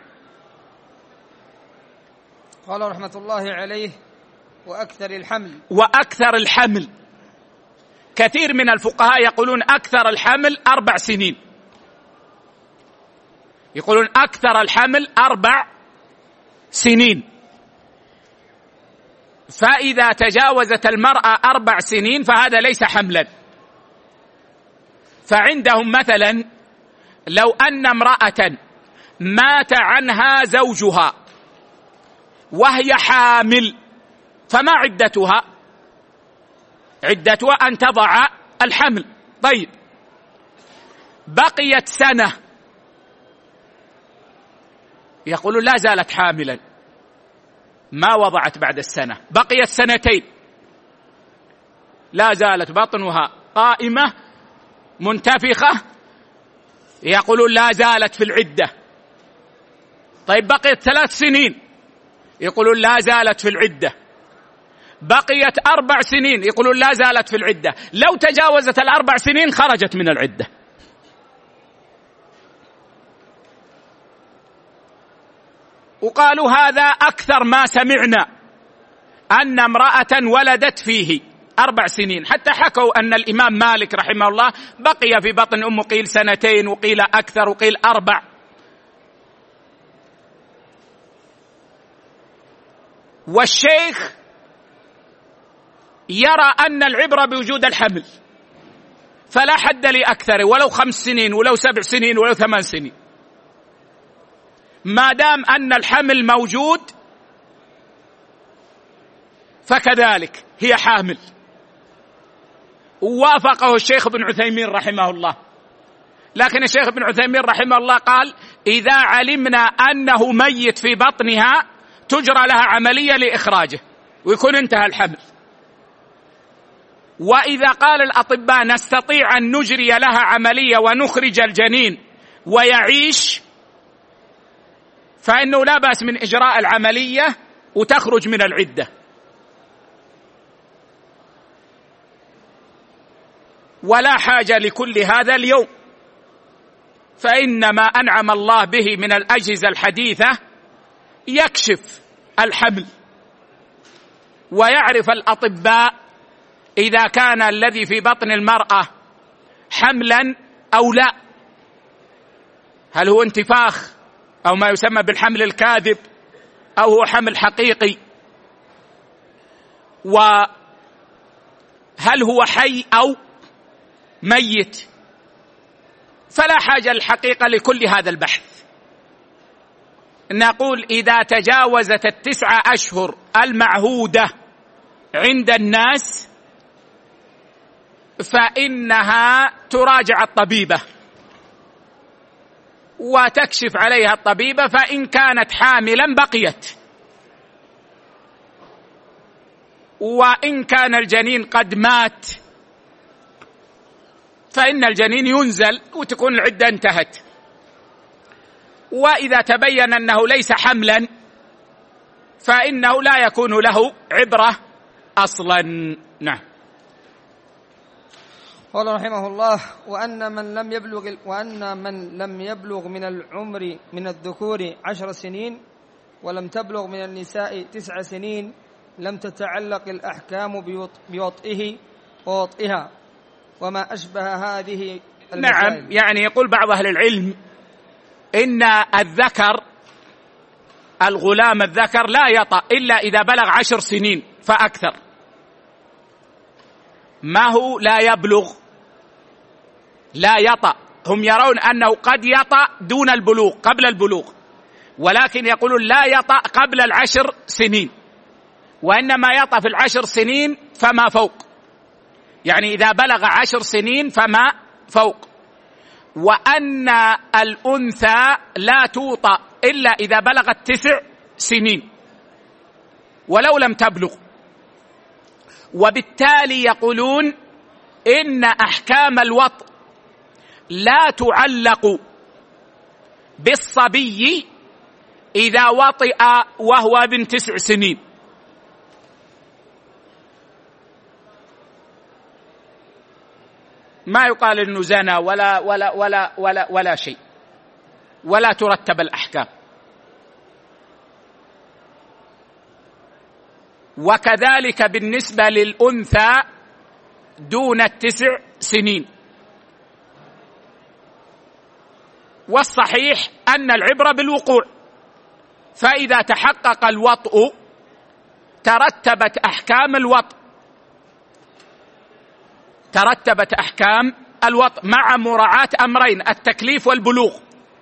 Speaker 2: قال رحمة الله عليه: وأكثر الحمل.
Speaker 1: وأكثر الحمل، كثير من الفقهاء يقولون أكثر الحمل أربع سنين، يقولون أكثر الحمل أربع سنين. فإذا تجاوزت المرأة أربع سنين فهذا ليس حملا. فعندهم مثلا لو أن امرأة مات عنها زوجها وهي حامل فما عدتها؟ عدتها أن تضع الحمل. طيب، بقيت سنة، يقولون لا زالت حاملا، ما وضعت بعد السنة. بقيت سنتين، لا زالت بطنها قائمة منتفخة، يقولون لا زالت في العدة. طيب، بقيت ثلاث سنين، يقولون لا زالت في العدة. بقيت أربع سنين، يقولون لا زالت في العدة. لو تجاوزت الأربع سنين خرجت من العدة. وقالوا هذا أكثر ما سمعنا، أن امرأة ولدت فيه أربع سنين. حتى حكوا أن الإمام مالك رحمه الله بقي في بطن أمه قيل سنتين وقيل أكثر وقيل أربع. والشيخ يرى أن العبرة بوجود الحمل، فلا حد لأكثر، ولو خمس سنين ولو سبع سنين ولو ثمان سنين، ما دام أن الحمل موجود فكذلك هي حامل. ووافقه الشيخ ابن عثيمين رحمه الله، لكن الشيخ ابن عثيمين رحمه الله قال: إذا علمنا أنه ميت في بطنها تجرى لها عملية لإخراجه ويكون انتهى الحمل. وإذا قال الأطباء نستطيع أن نجري لها عملية ونخرج الجنين ويعيش، فإنه لا بأس من إجراء العملية وتخرج من العدة. ولا حاجة لكل هذا اليوم، فإنما أنعم الله به من الأجهزة الحديثة يكشف الحمل، ويعرف الأطباء إذا كان الذي في بطن المرأة حملا أو لا، هل هو انتفاخ أو ما يسمى بالحمل الكاذب أو هو حمل حقيقي، وهل هو حي أو ميت. فلا حاجة الحقيقة لكل هذا البحث. نقول إذا تجاوزت التسعة أشهر المعهودة عند الناس فإنها تراجع الطبيبة وتكشف عليها الطبيبة، فإن كانت حاملا بقيت، وإن كان الجنين قد مات فإن الجنين ينزل وتكون العدة انتهت. وإذا تبين أنه ليس حملا فإنه لا يكون له عبرة أصلا. نعم.
Speaker 2: قال رحمه الله: وأن من لم يبلغ وأن من لم يبلغ من العمر من الذكور عشر سنين ولم تبلغ من النساء تسع سنين لم تتعلق الأحكام بوطئه ووطئها وما أشبه هذه المسائل.
Speaker 1: نعم، يعني يقول بعض أهل العلم إن الذكر الغلام الذكر لا يطأ إلا إذا بلغ عشر سنين فأكثر. ما هو لا يبلغ؟ لا يطأ. هم يرون أنه قد يطأ دون البلوغ قبل البلوغ، ولكن يقولون لا يطأ قبل العشر سنين، وإنما يطأ في العشر سنين فما فوق، يعني إذا بلغ عشر سنين فما فوق، وأن الأنثى لا توطأ إلا إذا بلغت تسع سنين ولو لم تبلغ. وبالتالي يقولون إن أحكام الوطء لا تعلق بالصبي إذا وطئ وهو ابن تسع سنين. ما يقال إنه زنا ولا ولا ولا ولا ولا شيء، ولا ترتب الأحكام. وكذلك بالنسبة للأنثى دون التسع سنين. والصحيح أن العبرة بالوقوع، فإذا تحقق الوطء ترتبت أحكام الوطء، ترتبت أحكام الوطء مع مراعاة أمرين: التكليف والبلوغ.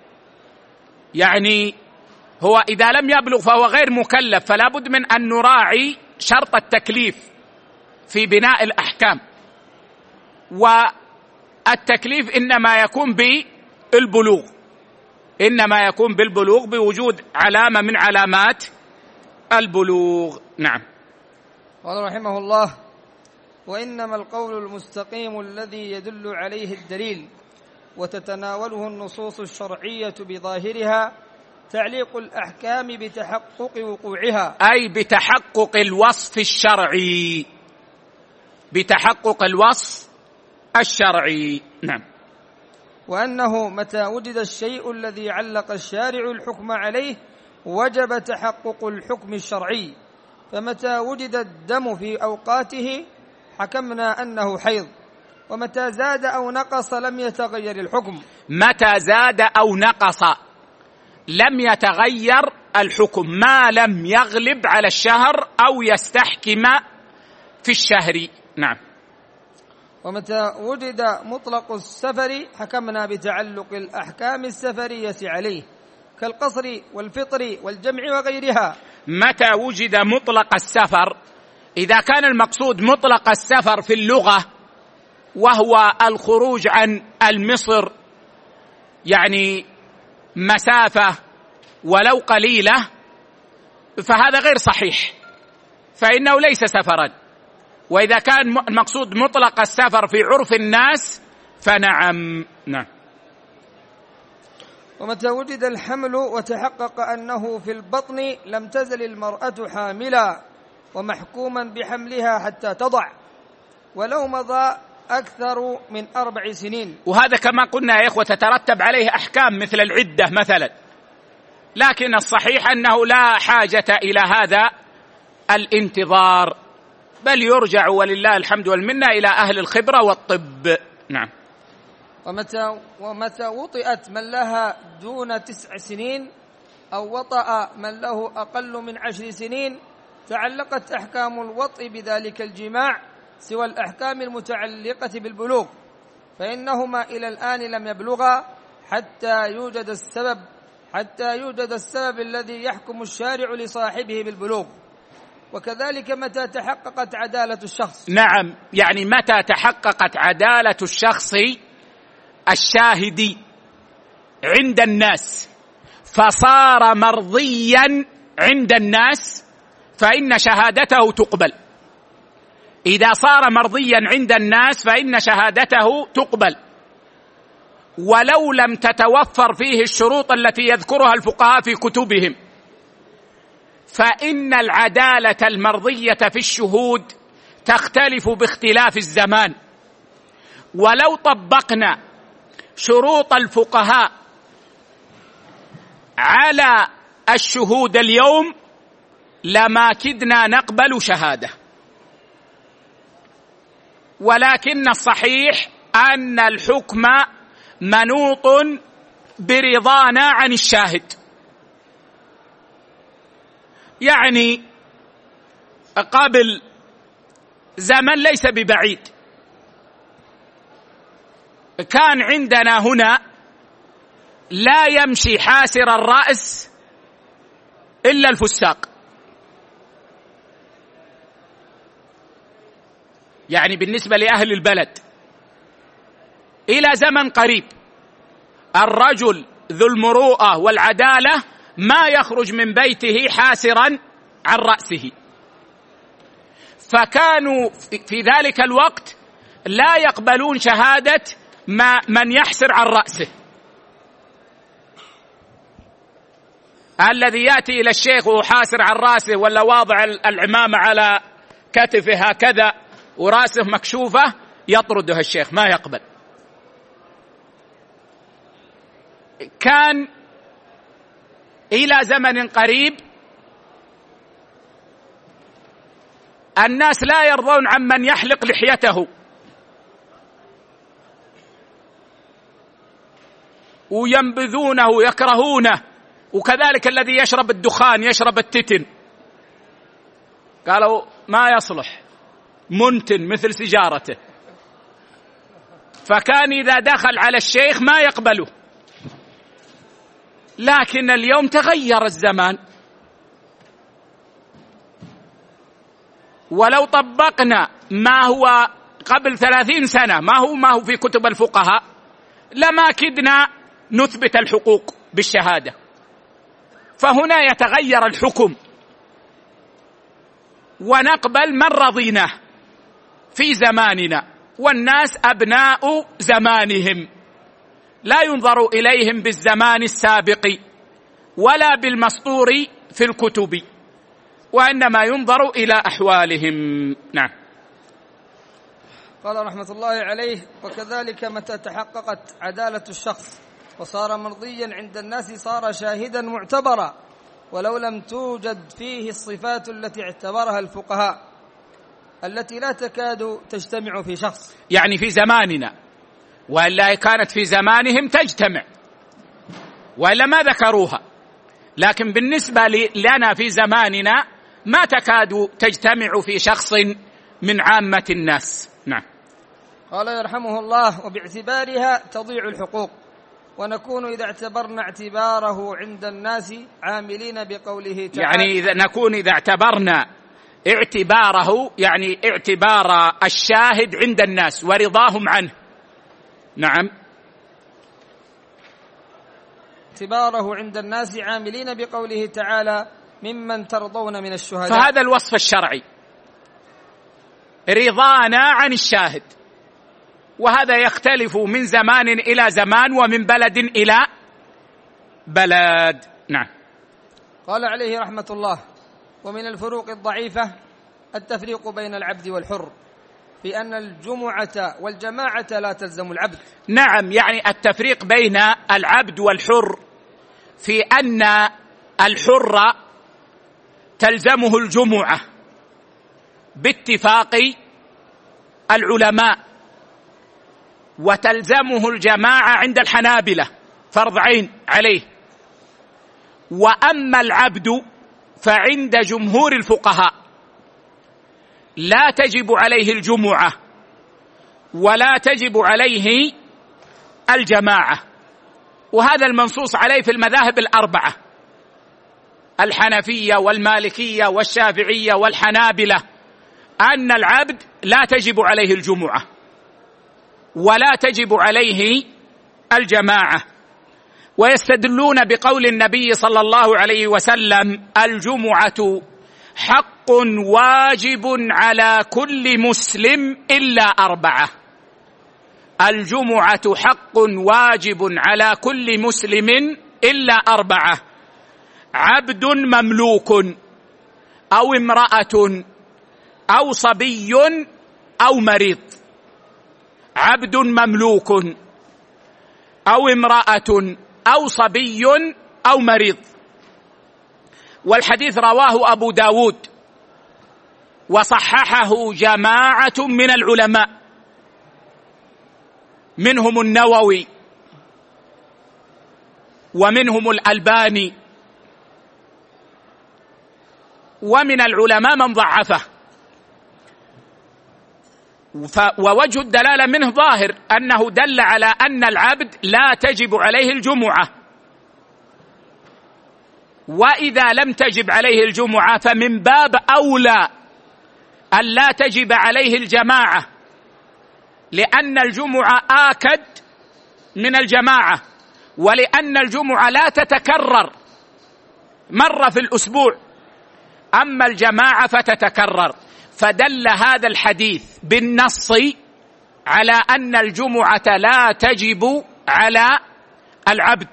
Speaker 1: يعني هو إذا لم يبلغ فهو غير مكلف، فلا بد من أن نراعي شرط التكليف في بناء الأحكام، والتكليف إنما يكون بالبلوغ، إنما يكون بالبلوغ بوجود علامة من علامات البلوغ. نعم.
Speaker 2: قال رحمه الله: وإنما القول المستقيم الذي يدل عليه الدليل وتتناوله النصوص الشرعية بظاهرها تعليق الأحكام بتحقق وقوعها،
Speaker 1: أي بتحقق الوصف الشرعي، بتحقق الوصف الشرعي. نعم.
Speaker 2: وأنه متى وجد الشيء الذي علق الشارع الحكم عليه وجب تحقق الحكم الشرعي، فمتى وجد الدم في أوقاته حكمنا أنه حيض، ومتى زاد أو نقص لم يتغير الحكم.
Speaker 1: متى زاد أو نقص لم يتغير الحكم ما لم يغلب على الشهر أو يستحكم في الشهر. نعم.
Speaker 2: ومتى وجد مطلق السفر حكمنا بتعلق الأحكام السفرية عليه كالقصر والفطر والجمع وغيرها.
Speaker 1: متى وجد مطلق السفر، إذا كان المقصود مطلق السفر في اللغة وهو الخروج عن المصر، يعني مسافة ولو قليلة، فهذا غير صحيح، فإنه ليس سفرا. وإذا كان المقصود مطلق السفر في عرف الناس فنعم. نعم.
Speaker 2: ومتى وجد الحمل وتحقق أنه في البطن لم تزل المرأة حاملا ومحكوما بحملها حتى تضع ولو مضى أكثر من أربع سنين.
Speaker 1: وهذا كما قلنا يا إخوة تترتب عليه أحكام مثل العدة مثلا، لكن الصحيح أنه لا حاجة إلى هذا الانتظار، بل يرجع ولله الحمد والمنة إلى أهل الخبرة والطب. نعم.
Speaker 2: ومتى, ومتى وطئت من لها دون تسع سنين أو وطأ من له أقل من عشر سنين تعلقت أحكام الوطء بذلك الجماع سوى الأحكام المتعلقة بالبلوغ، فإنهما إلى الآن لم يبلغا حتى يوجد السبب حتى يوجد السبب الذي يحكم الشارع لصاحبه بالبلوغ. وكذلك متى تحققت عدالة الشخص.
Speaker 1: نعم، يعني متى تحققت عدالة الشخص الشاهد عند الناس فصار مرضيا عند الناس فإن شهادته تقبل. إذا صار مرضيا عند الناس فإن شهادته تقبل، ولو لم تتوفر فيه الشروط التي يذكرها الفقهاء في كتبهم، فإن العدالة المرضية في الشهود تختلف باختلاف الزمان. ولو طبقنا شروط الفقهاء على الشهود اليوم لما كدنا نقبل شهادة، ولكن الصحيح أن الحكم منوط برضانا عن الشاهد. يعني قبل زمن ليس ببعيد كان عندنا هنا لا يمشي حاسر الرأس إلا الفساق، يعني بالنسبة لأهل البلد، إلى إلى زمن قريب الرجل ذو المروءة والعدالة ما يخرج من بيته حاسرا عن رأسه، فكانوا في ذلك الوقت لا يقبلون شهادة ما من يحسر عن رأسه. الذي يأتي إلى الشيخ وهو حاسر عن رأسه ولا واضع العمامة على كتفه هكذا ورأسه مكشوفة يطرده الشيخ، ما يقبل. كان إلى زمن قريب الناس لا يرضون عمن يحلق لحيته وينبذونه ويكرهونه، وكذلك الذي يشرب الدخان يشرب التتن، قالوا ما يصلح منتن مثل سيجارته. فكان إذا دخل على الشيخ ما يقبله. لكن اليوم تغير الزمان، ولو طبقنا ما هو قبل ثلاثين سنة ما هو ما هو في كتب الفقهاء لما كدنا نثبت الحقوق بالشهادة. فهنا يتغير الحكم ونقبل من رضيناه في زماننا، والناس أبناء زمانهم، لا ينظر إليهم بالزمان السابق ولا بالمسطور في الكتب، وإنما ينظر إلى أحوالهم. نعم.
Speaker 2: قال رحمة الله عليه: وكذلك متى تحققت عدالة الشخص وصار مرضيا عند الناس صار شاهدا معتبرا، ولو لم توجد فيه الصفات التي اعتبرها الفقهاء التي لا تكاد تجتمع في شخص.
Speaker 1: يعني في زماننا، وإلا كانت في زمانهم تجتمع وإلا ما ذكروها، لكن بالنسبة لنا في زماننا ما تكاد تجتمع في شخص من عامة الناس. نعم.
Speaker 2: قال يرحمه الله: وباعتبارها تضيع الحقوق، ونكون إذا اعتبرنا اعتباره عند الناس عاملين بقوله تعالى.
Speaker 1: يعني إذا نكون إذا اعتبرنا اعتباره يعني اعتبار الشاهد عند الناس ورضاهم عنه. نعم.
Speaker 2: اعتباره عند الناس عاملين بقوله تعالى: ممن ترضون من الشهداء.
Speaker 1: فهذا الوصف الشرعي، رضانا عن الشاهد، وهذا يختلف من زمان إلى زمان ومن بلد إلى بلد. نعم.
Speaker 2: قال عليه رحمة الله: ومن الفروق الضعيفة التفريق بين العبد والحر، في أن الجمعة والجماعة لا تلزم العبد.
Speaker 1: نعم، يعني التفريق بين العبد والحر في أن الحر تلزمه الجمعة باتفاق العلماء، وتلزمه الجماعة عند الحنابلة فرض عين عليه، وأما العبد فعند جمهور الفقهاء لا تجب عليه الجمعة ولا تجب عليه الجماعة، وهذا المنصوص عليه في المذاهب الأربعة: الحنفية والمالكية والشافعية والحنابلة، أن العبد لا تجب عليه الجمعة ولا تجب عليه الجماعة، ويستدلون بقول النبي صلى الله عليه وسلم: الجمعة حق واجب على كل مسلم إلا أربعة. الجمعة حق واجب على كل مسلم إلا أربعة: عبد مملوك أو امرأة أو صبي أو مريض. عبد مملوك أو امرأة أو صبي أو مريض. والحديث رواه أبو داود وصححه جماعة من العلماء، منهم النووي ومنهم الألباني، ومن العلماء من ضعفه. ووجه الدلالة منه ظاهر، أنه دل على أن العبد لا تجب عليه الجمعة، وإذا لم تجب عليه الجمعة فمن باب أولى أن لا تجب عليه الجماعة، لأن الجمعة آكد من الجماعة، ولأن الجمعة لا تتكرر مرة في الأسبوع، أما الجماعة فتتكرر، فدل هذا الحديث بالنص على أن الجمعة لا تجب على العبد،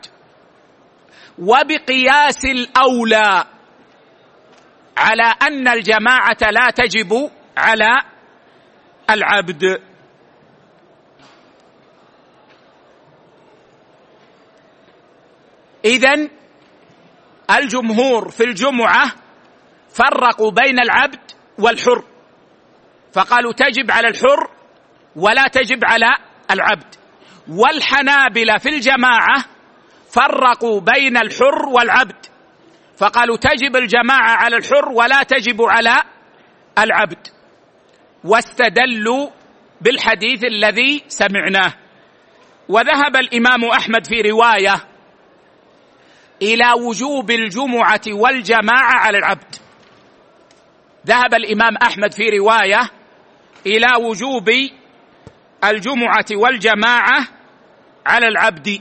Speaker 1: وبقياس الأولى على أن الجماعة لا تجب على العبد. إذن الجمهور في الجمعة فرقوا بين العبد والحر، فقالوا تجب على الحر ولا تجب على العبد. والحنابلة في الجماعة فرقوا بين الحر والعبد، فقالوا تجب الجماعة على الحر ولا تجب على العبد، واستدلوا بالحديث الذي سمعناه. وذهب الإمام أحمد في رواية إلى وجوب الجمعة والجماعة على العبد، ذهب الإمام أحمد في رواية إلى وجوب الجمعة والجماعة على العبد.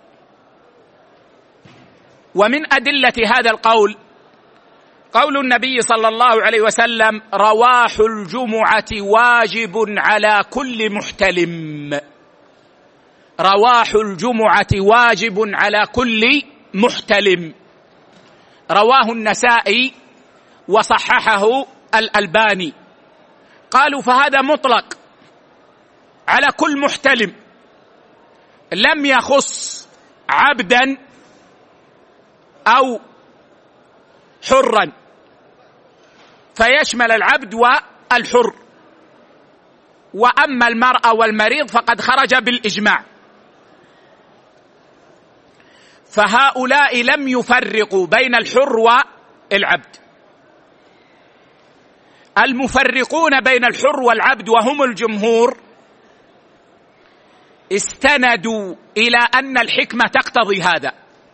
Speaker 1: ومن أدلة هذا القول قول النبي صلى الله عليه وسلم: رواح الجمعة واجب على كل محتلم. رواح الجمعة واجب على كل محتلم، رواه النسائي وصححه الألباني. قالوا فهذا مطلق على كل محتلم، لم يخص عبدا أو حرا، فيشمل العبد والحر. وأما المرأة والمريض فقد خرج بالإجماع، فهؤلاء لم يفرقوا بين الحر والعبد. المفرقون بين الحر والعبد وهم الجمهور استندوا إلى أن الحكمة تقتضي هذا،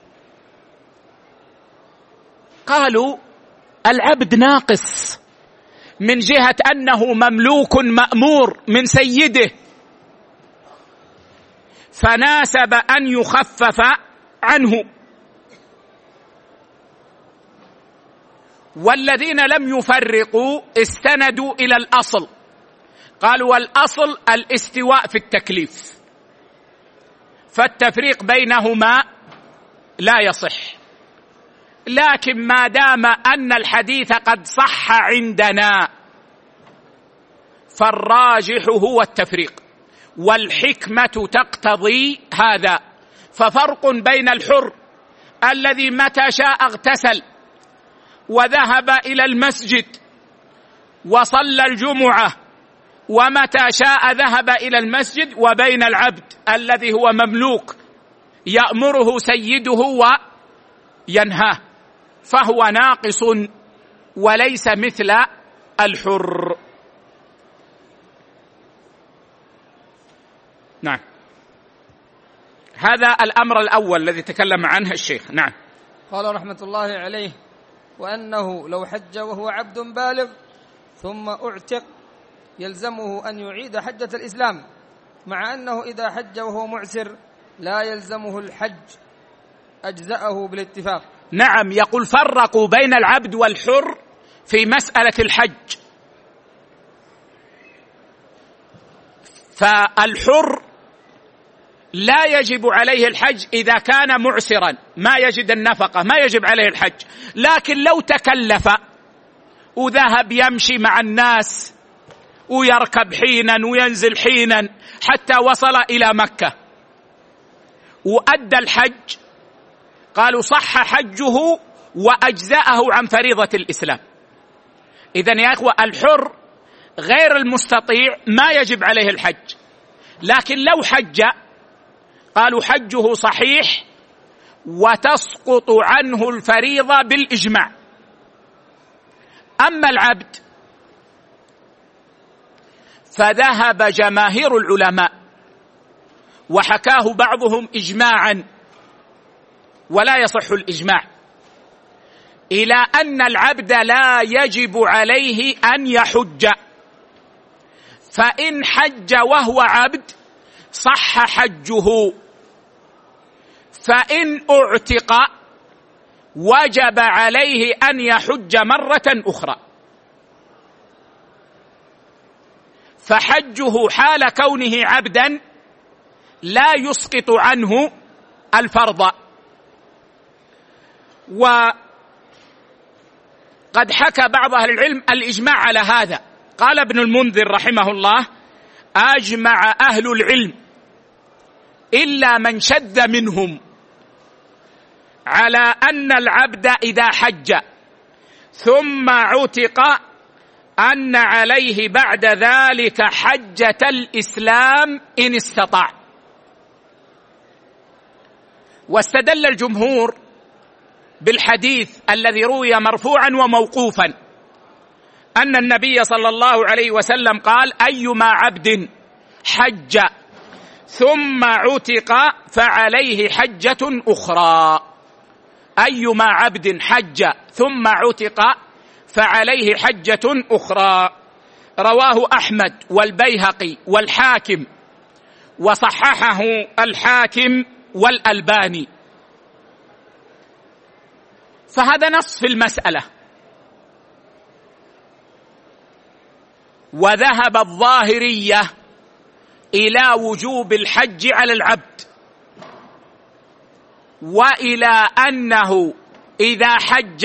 Speaker 1: قالوا العبد ناقص من جهة أنه مملوك مأمور من سيده، فناسب أن يخفف عنه. والذين لم يفرقوا استندوا إلى الأصل، قالوا والأصل الاستواء في التكليف، فالتفريق بينهما لا يصح. لكن ما دام أن الحديث قد صح عندنا فالراجح هو التفريق، والحكمة تقتضي هذا. ففرق بين الحر الذي متى شاء اغتسل وذهب إلى المسجد وصلى الجمعة ومتى شاء ذهب إلى المسجد، وبين العبد الذي هو مملوك يأمره سيده وينهاه، فهو ناقص وليس مثل الحر. نعم، هذا الأمر الأول الذي تكلم عنه الشيخ. نعم.
Speaker 2: قال رحمة الله عليه: وأنه لو حج وهو عبد بالغ ثم أعتق يلزمه أن يعيد حجة الإسلام، مع أنه إذا حج وهو معسر لا يلزمه الحج، أجزأه بالاتفاق.
Speaker 1: نعم، يقول فرقوا بين العبد والحر في مسألة الحج، فالحر لا يجب عليه الحج إذا كان معسرا ما يجد النفقة، ما يجب عليه الحج. لكن لو تكلف وذهب يمشي مع الناس ويركب حينا وينزل حينا حتى وصل إلى مكة وأدى الحج، قالوا صح حجه وأجزأه عن فريضة الإسلام. إذن يا إخوة الحر غير المستطيع ما يجب عليه الحج، لكن لو حج قالوا حجه صحيح وتسقط عنه الفريضة بالإجماع. أما العبد فذهب جماهير العلماء وحكاه بعضهم إجماعا ولا يصح الإجماع إلى أن العبد لا يجب عليه أن يحج، فإن حج وهو عبد صح حجه فإن اعتق وجب عليه أن يحج مرة أخرى، فحجه حال كونه عبدا لا يسقط عنه الفرض. وقد حكى بعض أهل العلم الإجماع على هذا. قال ابن المنذر رحمه الله: أجمع أهل العلم إلا من شذ منهم على أن العبد إذا حج ثم عتق أن عليه بعد ذلك حجة الإسلام إن استطاع. واستدل الجمهور بالحديث الذي روي مرفوعا وموقوفا أن النبي صلى الله عليه وسلم قال: أيما عبد حج ثم عتق فعليه حجة أخرى. أيما عبد حج ثم عتق فعليه حجة أخرى. رواه أحمد والبيهقي والحاكم، وصححه الحاكم والألباني. فهذا نص في المسألة. وذهب الظاهرية إلى وجوب الحج على العبد، وإلى أنه إذا حج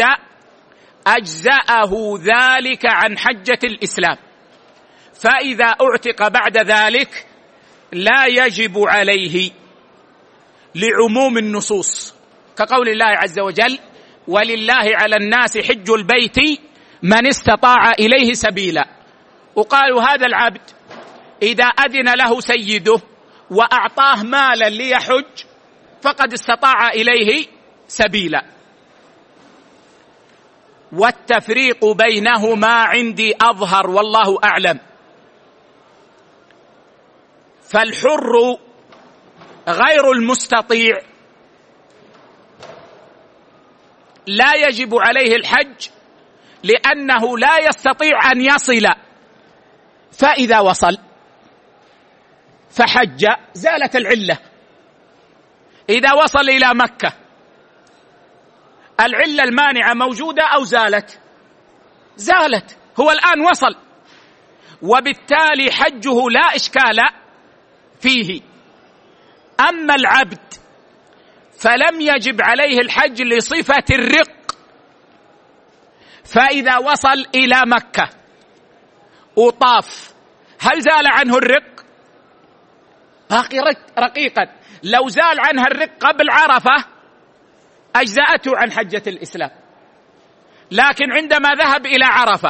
Speaker 1: أجزأه ذلك عن حجة الإسلام، فإذا اعتق بعد ذلك لا يجب عليه، لعموم النصوص كقول الله عز وجل: ولله على الناس حج البيت من استطاع إليه سبيلا. وقالوا هذا العبد إذا أذن له سيده وأعطاه مالا ليحج فقد استطاع إليه سبيلا. والتفريق بينهما عندي أظهر والله أعلم. فالحر غير المستطيع لا يجب عليه الحج لأنه لا يستطيع أن يصل، فإذا وصل فحج زالت العلة. إذا وصل إلى مكة العلة المانعة موجودة أو زالت؟ زالت، هو الآن وصل، وبالتالي حجه لا إشكال فيه. أما العبد فلم يجب عليه الحج لصفة الرق، فإذا وصل إلى مكة وطاف هل زال عنه الرق؟ باقي رقيقا. لو زال عنها الرق قبل عرفة أجزأته عن حجة الإسلام، لكن عندما ذهب إلى عرفة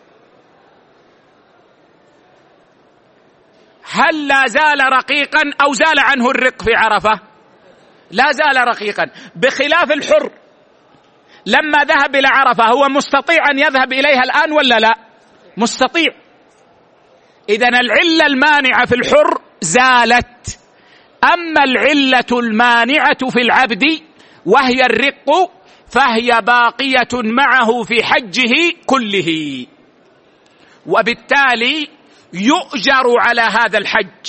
Speaker 1: هل لا زال رقيقا أو زال عنه الرق في عرفة؟ لا زال رقيقا، بخلاف الحر لما ذهب إلى عرفة هو مستطيع أن يذهب إليها الآن ولا لا؟ مستطيع. إذن العلة المانعة في الحر زالت. أما العلة المانعة في العبد وهي الرق فهي باقية معه في حجه كله، وبالتالي يؤجر على هذا الحج،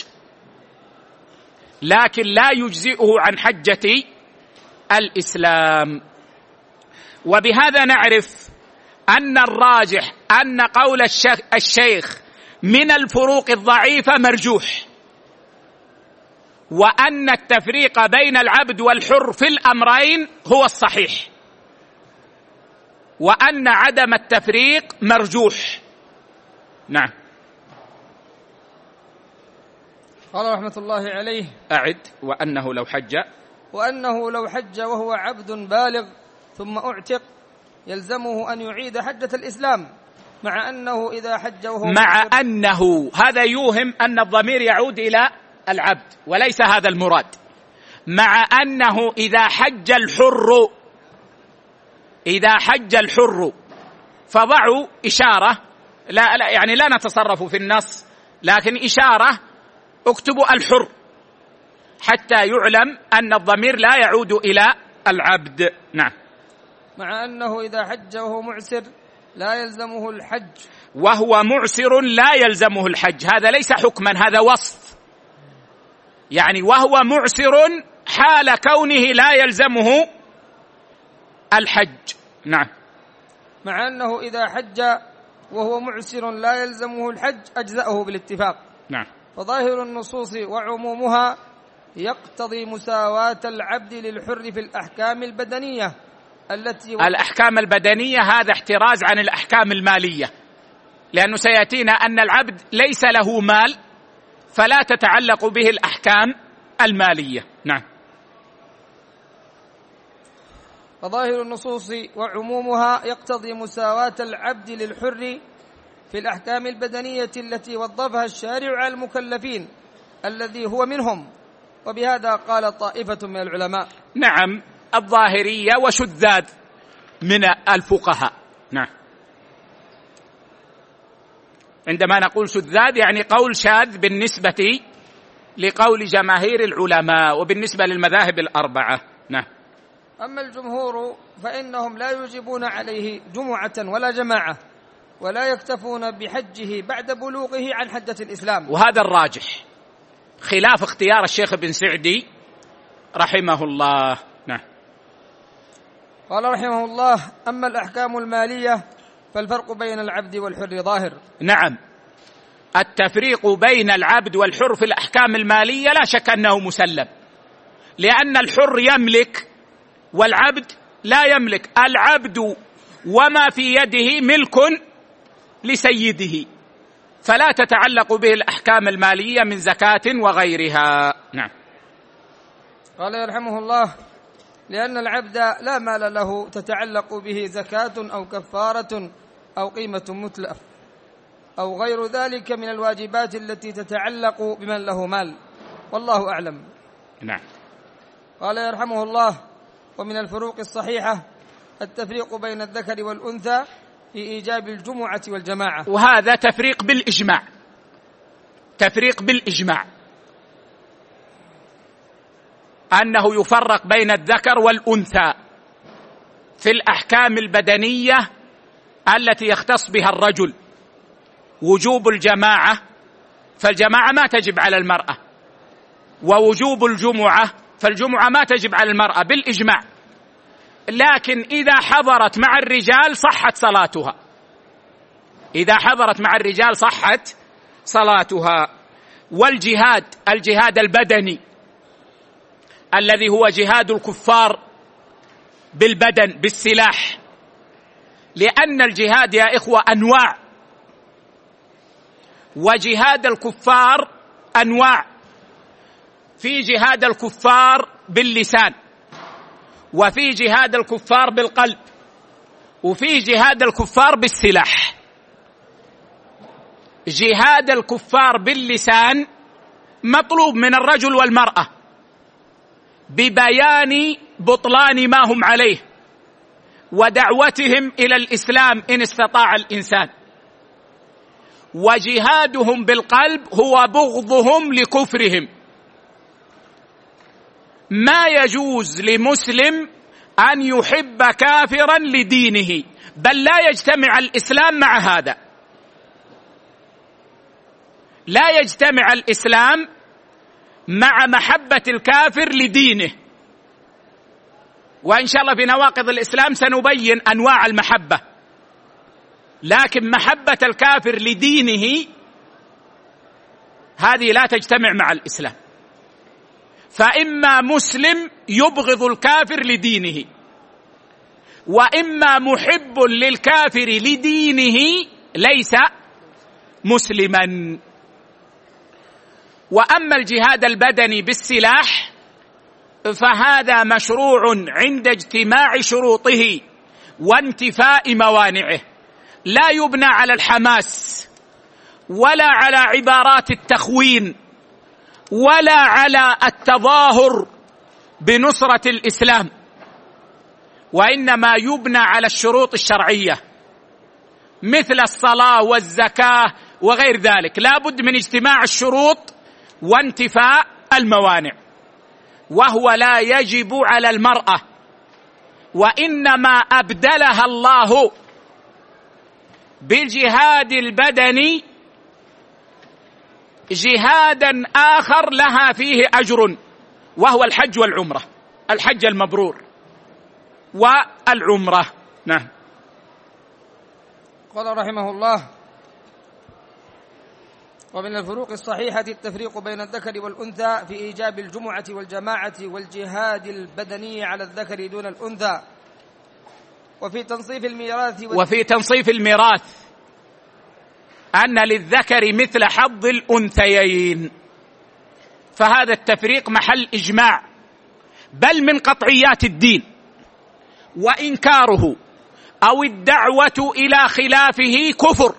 Speaker 1: لكن لا يجزئه عن حجة الإسلام. وبهذا نعرف أن الراجح أن قول الشيخ من الفروق الضعيفة مرجوح، وأن التفريق بين العبد والحر في الأمرين هو الصحيح، وأن عدم التفريق مرجوح. نعم.
Speaker 2: قال رحمة الله عليه:
Speaker 1: أعد: وأنه لو حج
Speaker 2: وأنه لو حج وهو عبد بالغ ثم أعتق يلزمه أن يعيد حجة الإسلام، مع أنه إذا حج وهو
Speaker 1: مع أنه هذا يوهم أن الضمير يعود إلى العبد، وليس هذا المراد. مع أنه إذا حج الحر إذا حج الحر فضعوا إشارة، لا, لا يعني لا نتصرف في النص، لكن إشارة اكتبوا الحر حتى يعلم أن الضمير لا يعود إلى العبد. نعم.
Speaker 2: مع أنه إذا حج وهو معسر لا يلزمه الحج.
Speaker 1: وهو معسر لا يلزمه الحج، هذا ليس حكما، هذا وصف. يعني وهو معسر حال كونه لا يلزمه الحج. نعم.
Speaker 2: مع أنه إذا حج وهو معسر لا يلزمه الحج أجزأه بالاتفاق.
Speaker 1: نعم.
Speaker 2: فظاهر النصوص وعمومها يقتضي مساواة العبد للحر في الأحكام البدنية التي
Speaker 1: الأحكام البدنية هذا احتراز عن الأحكام المالية، لأنه سيأتينا أن العبد ليس له مال فلا تتعلق به الأحكام المالية. نعم.
Speaker 2: فظاهر النصوص وعمومها يقتضي مساواة العبد للحر في الأحكام البدنية التي وظفها الشارع على المكلفين الذي هو منهم، وبهذا قال طائفة من العلماء.
Speaker 1: نعم، الظاهرية وشذاذ من الفقهاء. نعم. عندما نقول شذاذ يعني قول شاذ بالنسبة لقول جماهير العلماء وبالنسبة للمذاهب الأربعة. نعم.
Speaker 2: أما الجمهور فإنهم لا يجبون عليه جمعة ولا جماعة، ولا يكتفون بحجه بعد بلوغه عن حجة الإسلام،
Speaker 1: وهذا الراجح خلاف اختيار الشيخ بن سعدي رحمه الله. نعم.
Speaker 2: قال رحمه الله: أما الأحكام المالية فالفرق بين العبد والحر ظاهر.
Speaker 1: نعم، التفريق بين العبد والحر في الأحكام المالية لا شك أنه مسلم، لأن الحر يملك والعبد لا يملك. العبد وما في يده ملك لسيده، فلا تتعلق به الأحكام المالية من زكاة وغيرها. نعم.
Speaker 2: قال رحمه الله: لأن العبد لا مال له تتعلق به زكاة أو كفارة أو قيمة متلف أو غير ذلك من الواجبات التي تتعلق بمن له مال، والله أعلم.
Speaker 1: نعم.
Speaker 2: قال يرحمه الله: ومن الفروق الصحيحة التفريق بين الذكر والأنثى في إيجاب الجمعة والجماعة،
Speaker 1: وهذا تفريق بالإجماع، تفريق بالإجماع أنه يفرق بين الذكر والأنثى في الأحكام البدنية التي يختص بها الرجل. وجوب الجماعة، فالجماعة ما تجب على المرأة، ووجوب الجمعة فالجمعة ما تجب على المرأة بالإجماع، لكن إذا حضرت مع الرجال صحت صلاتها، إذا حضرت مع الرجال صحت صلاتها. والجهاد، الجهاد البدني الذي هو جهاد الكفار بالبدن بالسلاح، لأن الجهاد يا إخوة أنواع، وجهاد الكفار أنواع، في جهاد الكفار باللسان، وفي جهاد الكفار بالقلب، وفي جهاد الكفار بالسلاح. جهاد الكفار باللسان مطلوب من الرجل والمرأة ببيان بطلان ما هم عليه ودعوتهم إلى الإسلام إن استطاع الإنسان. وجهادهم بالقلب هو بغضهم لكفرهم. ما يجوز لمسلم أن يحب كافرا لدينه، بل لا يجتمع الإسلام مع هذا، لا يجتمع الإسلام مع محبة الكافر لدينه. وإن شاء الله في نواقض الإسلام سنبين أنواع المحبة، لكن محبة الكافر لدينه هذه لا تجتمع مع الإسلام. فإما مسلم يبغض الكافر لدينه، وإما محب للكافر لدينه ليس مسلما. وأما الجهاد البدني بالسلاح فهذا مشروع عند اجتماع شروطه وانتفاء موانعه، لا يبنى على الحماس ولا على عبارات التخوين ولا على التظاهر بنصرة الإسلام، وإنما يبنى على الشروط الشرعية مثل الصلاة والزكاة وغير ذلك. لا بد من اجتماع الشروط وانتفاء الموانع، وهو لا يجب على المرأة، وإنما أبدلها الله بالجهاد البدني جهادا آخر لها فيه أجر وهو الحج والعمرة، الحج المبرور والعمرة. نعم.
Speaker 2: قال رحمه الله: ومن الفروق الصحيحة التفريق بين الذكر والأنثى في إيجاب الجمعة والجماعة والجهاد البدني على الذكر دون الأنثى، وفي تنصيف الميراث
Speaker 1: وفي تنصيف الميراث أن للذكر مثل حظ الأنثيين، فهذا التفريق محل إجماع، بل من قطعيات الدين، وإنكاره أو الدعوة إلى خلافه كفر،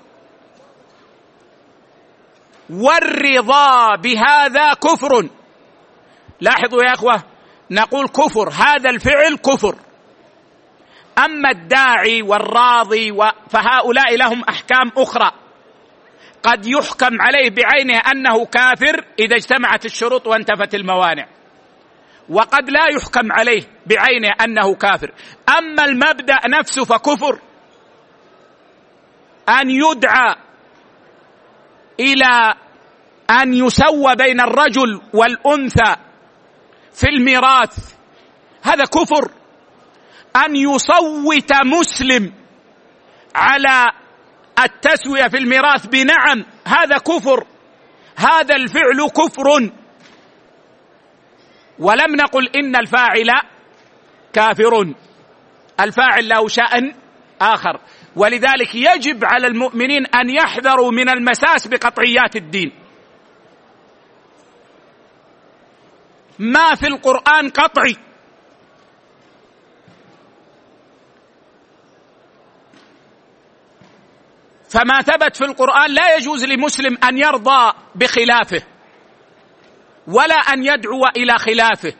Speaker 1: والرضا بهذا كفر. لاحظوا يا أخوة، نقول كفر، هذا الفعل كفر. أما الداعي والراضي فهؤلاء لهم أحكام أخرى، قد يحكم عليه بعينه أنه كافر إذا اجتمعت الشروط وانتفت الموانع، وقد لا يحكم عليه بعينه أنه كافر. أما المبدأ نفسه فكفر، أن يدعى إلى أن يسوى بين الرجل والأنثى في الميراث هذا كفر، أن يصوت مسلم على التسوية في الميراث بنعم هذا كفر، هذا الفعل كفر، ولم نقل إن الفاعل كافر، الفاعل له شأن آخر. ولذلك يجب على المؤمنين أن يحذروا من المساس بقطعيات الدين. ما في القرآن قطعي، فما ثبت في القرآن لا يجوز لمسلم أن يرضى بخلافه ولا أن يدعو إلى خلافه.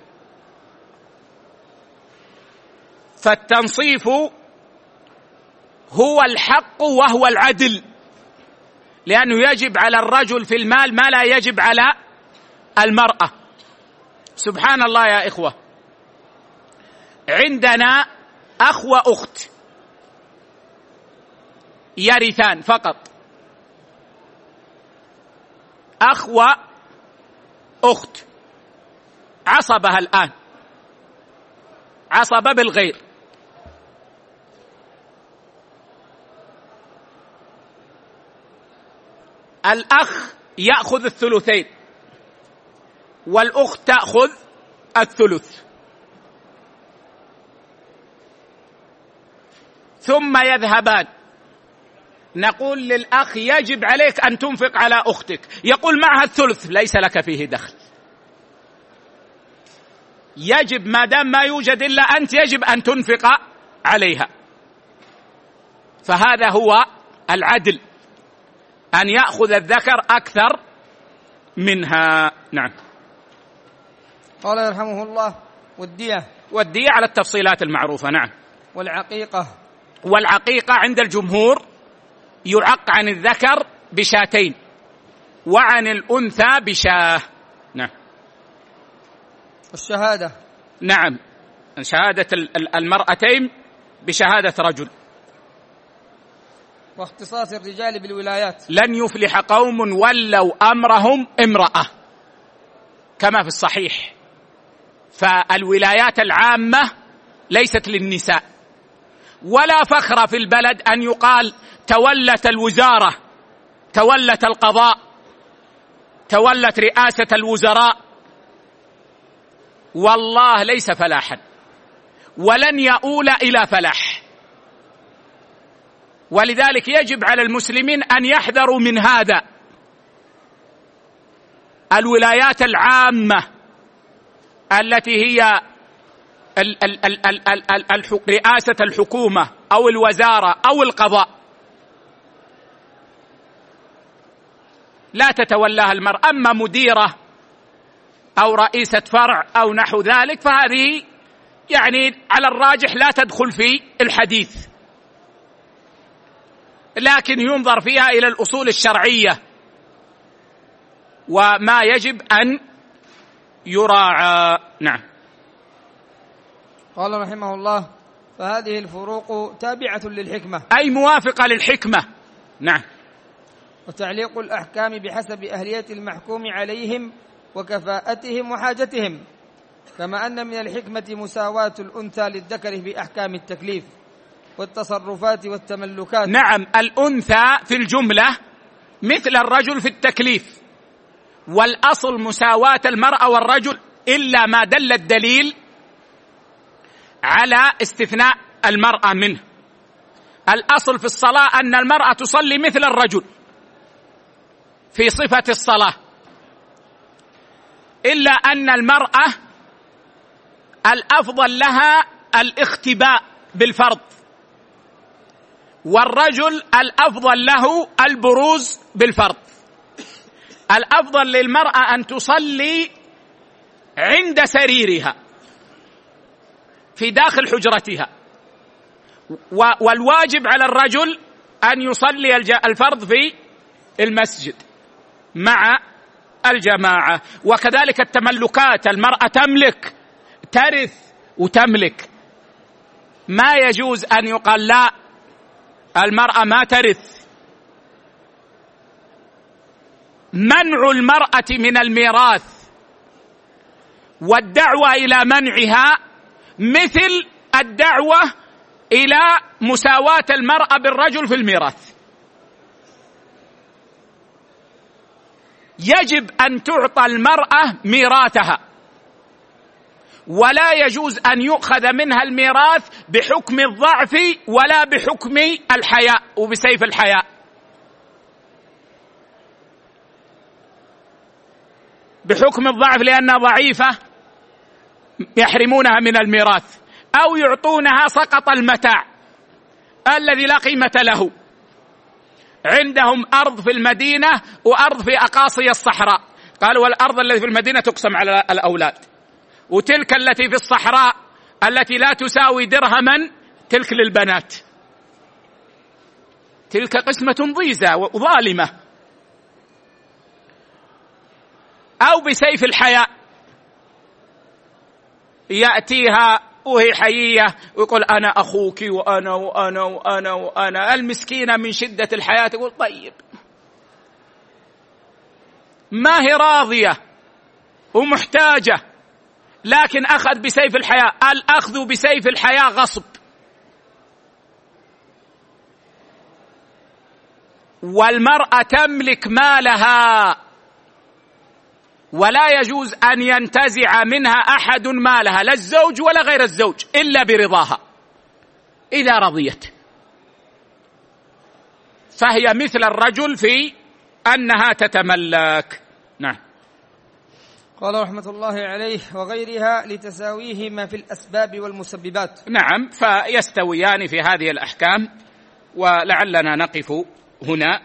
Speaker 1: فالتنصيف هو الحق وهو العدل، لأنه يجب على الرجل في المال ما لا يجب على المرأة. سبحان الله يا إخوة، عندنا أخ وأخت يرثان فقط، أخ وأخت، عصبها الآن، عصب بالغير. الأخ يأخذ الثلثين والأخت تأخذ الثلث، ثم يذهبان. نقول للأخ يجب عليك أن تنفق على أختك، يقول معها الثلث، ليس لك فيه دخل، يجب ما دام ما يوجد إلا أنت يجب أن تنفق عليها. فهذا هو العدل، أن يأخذ الذكر أكثر منها. نعم.
Speaker 2: قال يرحمه الله: والدية،
Speaker 1: والدية على التفصيلات المعروفة. نعم.
Speaker 2: والعقيقة،
Speaker 1: والعقيقة عند الجمهور يعق عن الذكر بشاتين وعن الأنثى بشاه. نعم.
Speaker 2: والشهادة،
Speaker 1: نعم، شهادة المرأتين بشهادة رجل.
Speaker 2: واختصاص الرجال بالولايات،
Speaker 1: لن يفلح قوم ولوا أمرهم امرأة، كما في الصحيح. فالولايات العامة ليست للنساء، ولا فخر في البلد أن يقال تولت الوزارة، تولت القضاء، تولت رئاسة الوزراء. والله ليس فلاحا، ولن يؤول إلى فلاح. ولذلك يجب على المسلمين أن يحذروا من هذا. الولايات العامة التي هي ال ال ال ال ال ال رئاسة الحكومة أو الوزارة أو القضاء لا تتولاها المرأة. أما مديرة أو رئيسة فرع أو نحو ذلك فهذه يعني على الراجح لا تدخل في الحديث، لكن ينظر فيها إلى الأصول الشرعية وما يجب أن يراعى. نعم.
Speaker 2: قال رحمه الله: فهذه الفروق تابعة للحكمة،
Speaker 1: أي موافقة للحكمة. نعم.
Speaker 2: وتعليق الأحكام بحسب أهلية المحكوم عليهم وكفاءتهم وحاجتهم، كما أن من الحكمة مساواة الأنثى للذكر بأحكام التكليف والتصرفات والتملكات.
Speaker 1: نعم، الأنثى في الجملة مثل الرجل في التكليف، والأصل مساواة المرأة والرجل، إلا ما دل الدليل على استثناء المرأة منه. الأصل في الصلاة أن المرأة تصلي مثل الرجل في صفة الصلاة، إلا أن المرأة الأفضل لها الاختباء بالفرض، والرجل الأفضل له البروز بالفرض. الأفضل للمرأة أن تصلي عند سريرها في داخل حجرتها، والواجب على الرجل أن يصلي الفرض في المسجد مع الجماعة. وكذلك التملكات، المرأة تملك، ترث وتملك، ما يجوز أن يقال لا المرأة ما ترث. منع المرأة من الميراث والدعوة إلى منعها مثل الدعوة إلى مساواة المرأة بالرجل في الميراث. يجب أن تعطى المرأة ميراثها، ولا يجوز أن يؤخذ منها الميراث بحكم الضعف ولا بحكم الحياء وبسيف الحياء. بحكم الضعف لأنها ضعيفة يحرمونها من الميراث، أو يعطونها سقط المتاع الذي لا قيمة له. عندهم أرض في المدينة وأرض في أقاصي الصحراء، قالوا والأرض التي في المدينة تقسم على الأولاد، وتلك التي في الصحراء التي لا تساوي درهما تلك للبنات. تلك قسمة ضيزة وظالمة. أو بسيف الحياء، يأتيها وهي حيية ويقول أنا أخوك وأنا وأنا وأنا وأنا. المسكينة من شدة الحياة تقول طيب، ما هي راضية ومحتاجة، لكن أخذ بسيف الحياة. الأخذ بسيف الحياة غصب، والمرأة تملك مالها ولا يجوز أن ينتزع منها أحد مالها، لا الزوج ولا غير الزوج، إلا برضاها إذا رضيت، فهي مثل الرجل في أنها تتملك. نعم.
Speaker 2: قال رحمة الله عليه وغيرها لتساويهما في الأسباب والمسببات.
Speaker 1: نعم، فيستويان في هذه الأحكام. ولعلنا نقف هنا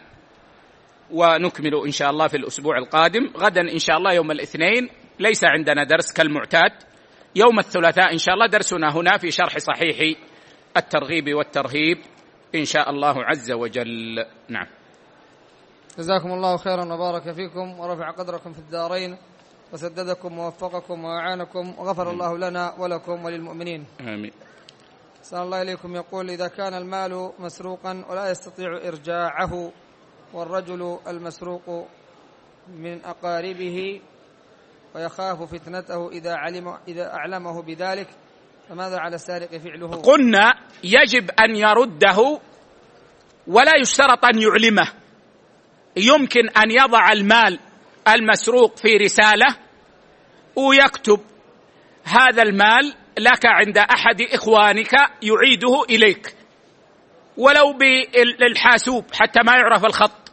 Speaker 1: ونكمل إن شاء الله في الأسبوع القادم. غدا إن شاء الله يوم الاثنين ليس عندنا درس كالمعتاد. يوم الثلاثاء إن شاء الله درسنا هنا في شرح صحيح الترغيب والترهيب إن شاء الله عز وجل. نعم.
Speaker 2: جزاكم الله خيرا وبارك فيكم ورفع قدركم في الدارين وسددكم ووفقكم وأعانكم وغفر الله لنا ولكم وللمؤمنين.
Speaker 1: آمين.
Speaker 2: أحسن الله إليكم. يقول إذا كان المال مسروقا ولا يستطيع إرجاعه والرجل المسروق من أقاربه ويخاف فتنته إذا علم إذا أعلمه بذلك، فماذا على السارق فعله؟
Speaker 1: قلنا يجب أن يرده ولا يشترط أن يعلمه. يمكن أن يضع المال المسروق في رسالة ويكتب هذا المال لك عند أحد إخوانك يعيده إليك، ولو بالحاسوب حتى ما يعرف الخط،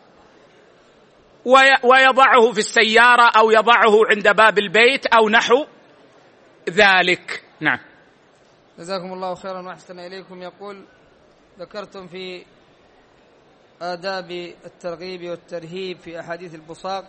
Speaker 1: ويضعه في السيارة أو يضعه عند باب البيت أو نحو ذلك. نعم.
Speaker 2: جزاكم الله خيرا وأحسن إليكم. يقول ذكرتم في آداب الترغيب والترهيب في أحاديث البصاق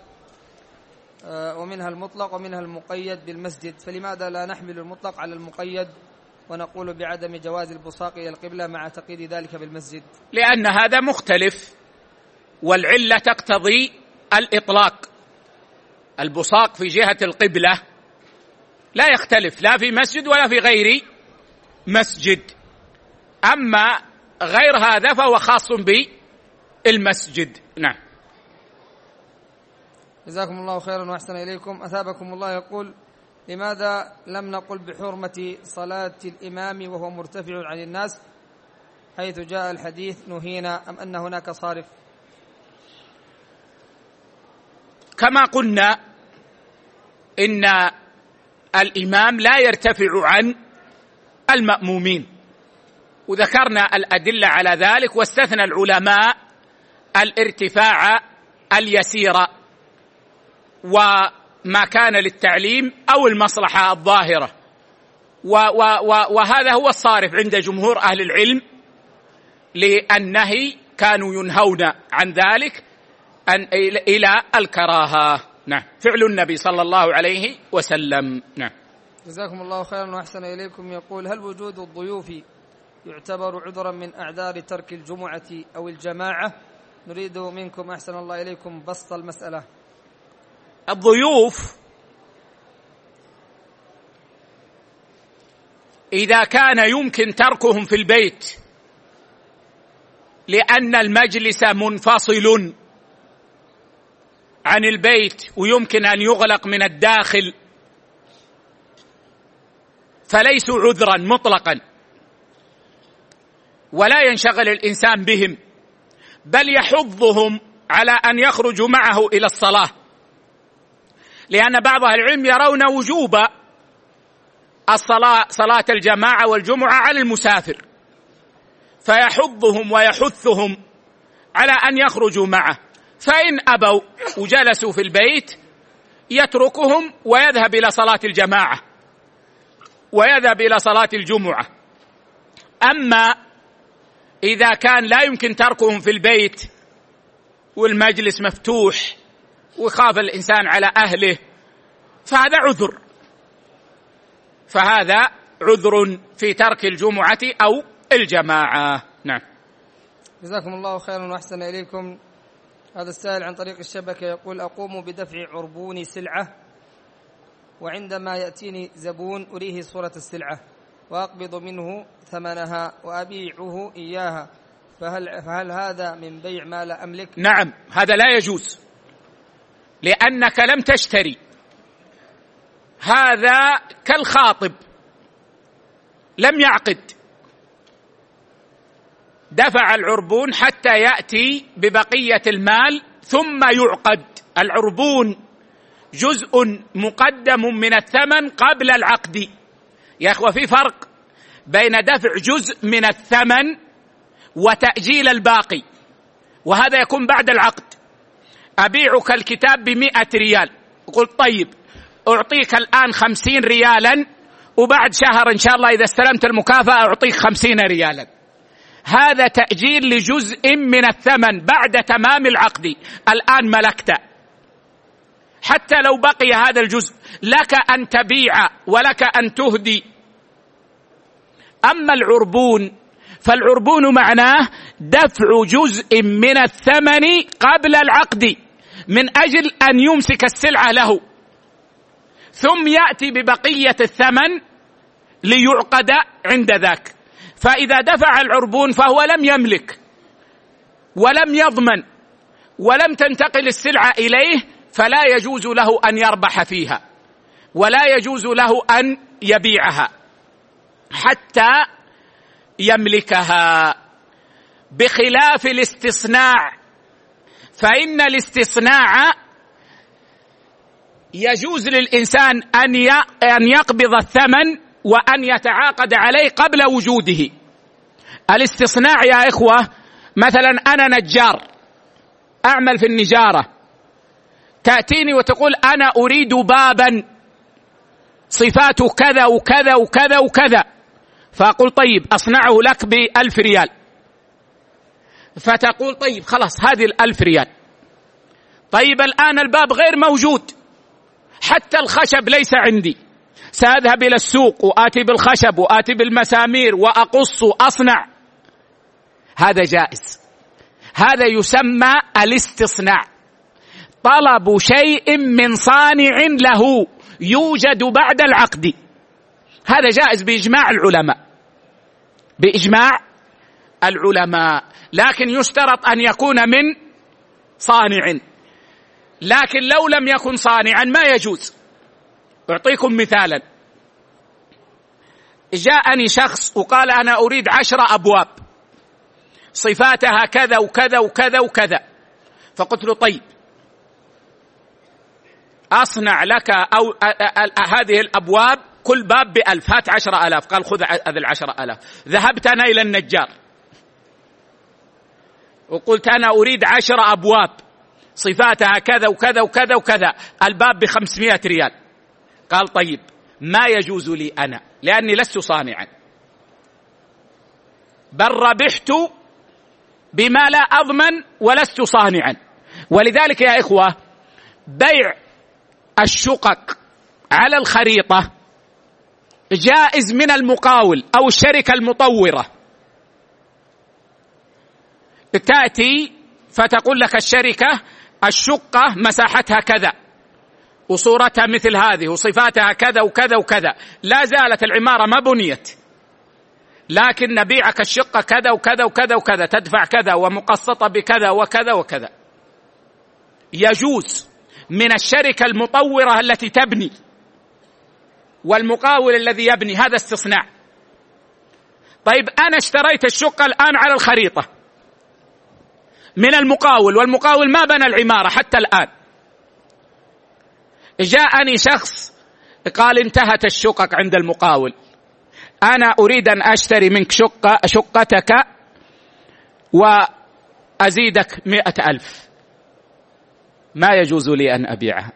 Speaker 2: ومنها المطلق ومنها المقيد بالمسجد، فلماذا لا نحمل المطلق على المقيد ونقول بعدم جواز البصاق إلى القبلة مع تقييد ذلك بالمسجد؟
Speaker 1: لأن هذا مختلف، والعلة تقتضي الإطلاق. البصاق في جهة القبلة لا يختلف لا في مسجد ولا في غير مسجد، أما غير هذا فهو خاص بالمسجد. نعم.
Speaker 2: جزاكم الله خيرا وأحسن إليكم. أثابكم الله. يقول لماذا لم نقل بحرمة صلاة الإمام وهو مرتفع عن الناس حيث جاء الحديث نهينا، أم أن هناك صارف؟
Speaker 1: كما قلنا إن الإمام لا يرتفع عن المأمومين، وذكرنا الأدلة على ذلك، واستثنى العلماء الارتفاع اليسير وما كان للتعليم أو المصلحة الظاهرة، وهذا هو الصارف عند جمهور أهل العلم، لأنه كانوا ينهون عن ذلك أن إلى الكراهة. نعم، فعل النبي صلى الله عليه وسلم. نعم.
Speaker 2: جزاكم الله خيرا وأحسن إليكم. يقول: هل وجود الضيوف يعتبر عذرا من أعذار ترك الجمعة أو الجماعة؟ نريد منكم أحسن الله إليكم بسط المسألة.
Speaker 1: الضيوف إذا كان يمكن تركهم في البيت لأن المجلس منفصل عن البيت ويمكن أن يغلق من الداخل، فليسوا عذرا مطلقا، ولا ينشغل الإنسان بهم، بل يحضهم على أن يخرجوا معه إلى الصلاة، لأن بعض أهل العلم يرون وجوب الصلاة صلاة الجماعة والجمعة على المسافر، فيحضهم ويحثهم على أن يخرجوا معه، فإن أبوا وجلسوا في البيت يتركهم ويذهب إلى صلاة الجماعة ويذهب إلى صلاة الجمعة. أما إذا كان لا يمكن تركهم في البيت والمجلس مفتوح ويخاف الإنسان على أهله، فهذا عذر، فهذا عذر في ترك الجمعة أو الجماعة. نعم.
Speaker 2: جزاكم الله خيرا وأحسن إليكم. هذا السائل عن طريق الشبكة يقول: أقوم بدفع عربون سلعة، وعندما يأتيني زبون أريه صورة السلعة وأقبض منه ثمنها وأبيعه إياها، فهل, فهل هذا من بيع ما لا أملك؟
Speaker 1: نعم، هذا لا يجوز، لأنك لم تشتري. هذا كالخاطب لم يعقد، دفع العربون حتى يأتي ببقية المال ثم يعقد. العربون جزء مقدم من الثمن قبل العقد. يا أخوة، في فرق بين دفع جزء من الثمن وتأجيل الباقي، وهذا يكون بعد العقد. أبيعك الكتاب بمئة ريال، قلت طيب أعطيك الآن خمسين ريالا، وبعد شهر إن شاء الله إذا استلمت المكافأة أعطيك خمسين ريالا. هذا تأجيل لجزء من الثمن بعد تمام العقد، الآن ملكت، حتى لو بقي هذا الجزء لك أن تبيع ولك أن تهدي. أما العربون فالعربون معناه دفع جزء من الثمن قبل العقد من أجل أن يمسك السلعة له، ثم يأتي ببقية الثمن ليعقد عند ذاك. فإذا دفع العربون فهو لم يملك ولم يضمن ولم تنتقل السلعة إليه، فلا يجوز له أن يربح فيها ولا يجوز له أن يبيعها حتى يملكها، بخلاف الاستصناع، فإن الاستصناع يجوز للإنسان أن يقبض الثمن وأن يتعاقد عليه قبل وجوده. الاستصناع يا إخوة، مثلا أنا نجار أعمل في النجارة، تأتيني وتقول أنا أريد بابا صفاته كذا وكذا وكذا وكذا، فأقول طيب أصنعه لك بألف ريال، فتقول طيب خلاص هذه الألف ريال. طيب الآن الباب غير موجود، حتى الخشب ليس عندي، سأذهب إلى السوق وآتي بالخشب وآتي بالمسامير وأقص وأصنع. هذا جائز، هذا يسمى الاستصناع، طلب شيء من صانع له يوجد بعد العقد، هذا جائز بإجماع العلماء، بإجماع العلماء، لكن يشترط أن يكون من صانع. لكن لو لم يكن صانعا ما يجوز، أعطيكم مثالا. جاءني شخص وقال أنا أريد عشرة أبواب صفاتها كذا وكذا وكذا وكذا، فقلت له طيب أصنع لك أو هذه الأبواب كل باب بألف، هات عشرة ألاف. قال خذ هذه العشرة ألاف. ذهبت أنا إلى النجار وقلت أنا أريد عشرة أبواب صفاتها كذا وكذا وكذا وكذا، الباب بخمسمائة ريال. قال طيب ما يجوز لي أنا لأني لست صانعا، بل ربحت بما لا أضمن ولست صانعا. ولذلك يا إخوة بيع الشقق على الخريطة جائز من المقاول أو الشركة المطورة. تأتي فتقول لك الشركة الشقة مساحتها كذا وصورتها مثل هذه وصفاتها كذا وكذا وكذا، لا زالت العمارة ما بنيت، لكن نبيعك الشقة كذا وكذا وكذا وكذا، تدفع كذا ومقسطة بكذا وكذا وكذا. يجوز من الشركة المطورة التي تبني والمقاول الذي يبني، هذا استصناع. طيب أنا اشتريت الشقة الآن على الخريطة من المقاول، والمقاول ما بنى العمارة حتى الآن. جاءني شخص قال انتهت الشقق عند المقاول، أنا أريد أن أشتري منك شقة شقتك وأزيدك مئة ألف. ما يجوز لي أن أبيعها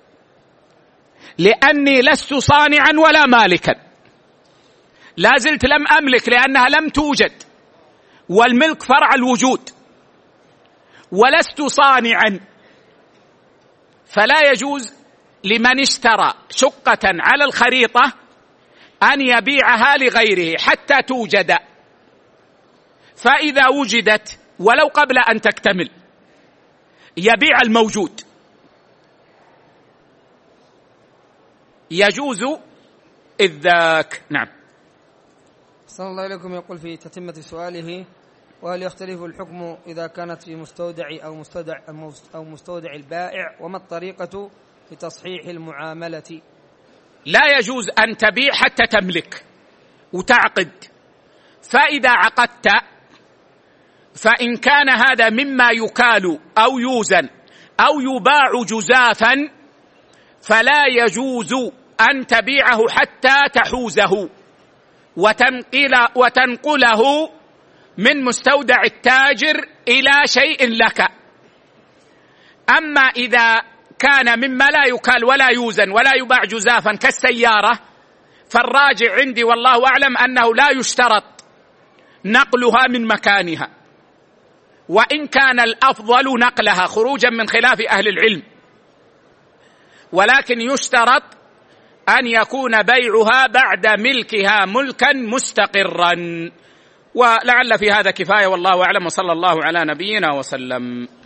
Speaker 1: لأني لست صانعا ولا مالكا، لا زلت لم أملك لأنها لم توجد، والملك فرع الوجود، ولست صانعا. فلا يجوز لمن اشترى شقة على الخريطة أن يبيعها لغيره حتى توجد، فإذا وجدت ولو قبل أن تكتمل يبيع الموجود. يجوز إذ ذاك. نعم.
Speaker 2: صلى الله عليكم. يقول في تتمة سؤاله: وهل يختلف الحكم إذا كانت في مستودع أو مستودع أو مستودع البائع؟ وما الطريقة لتصحيح المعاملة؟
Speaker 1: لا يجوز أن تبيع حتى تملك وتعقد، فإذا عقدت فإن كان هذا مما يكال أو يوزن أو يباع جزافا فلا يجوز أن تبيعه حتى تحوزه وتنقل وتنقله من مستودع التاجر إلى شيء لك. أما إذا كان مما لا يكال ولا يوزن ولا يباع جزافا كالسيارة فالراجع عندي والله أعلم أنه لا يشترط نقلها من مكانها، وإن كان الأفضل نقلها خروجا من خلاف أهل العلم، ولكن يشترط أن يكون بيعها بعد ملكها ملكا مستقرا. ولعل في هذا كفاية والله أعلم، وصلى الله على نبينا وسلم.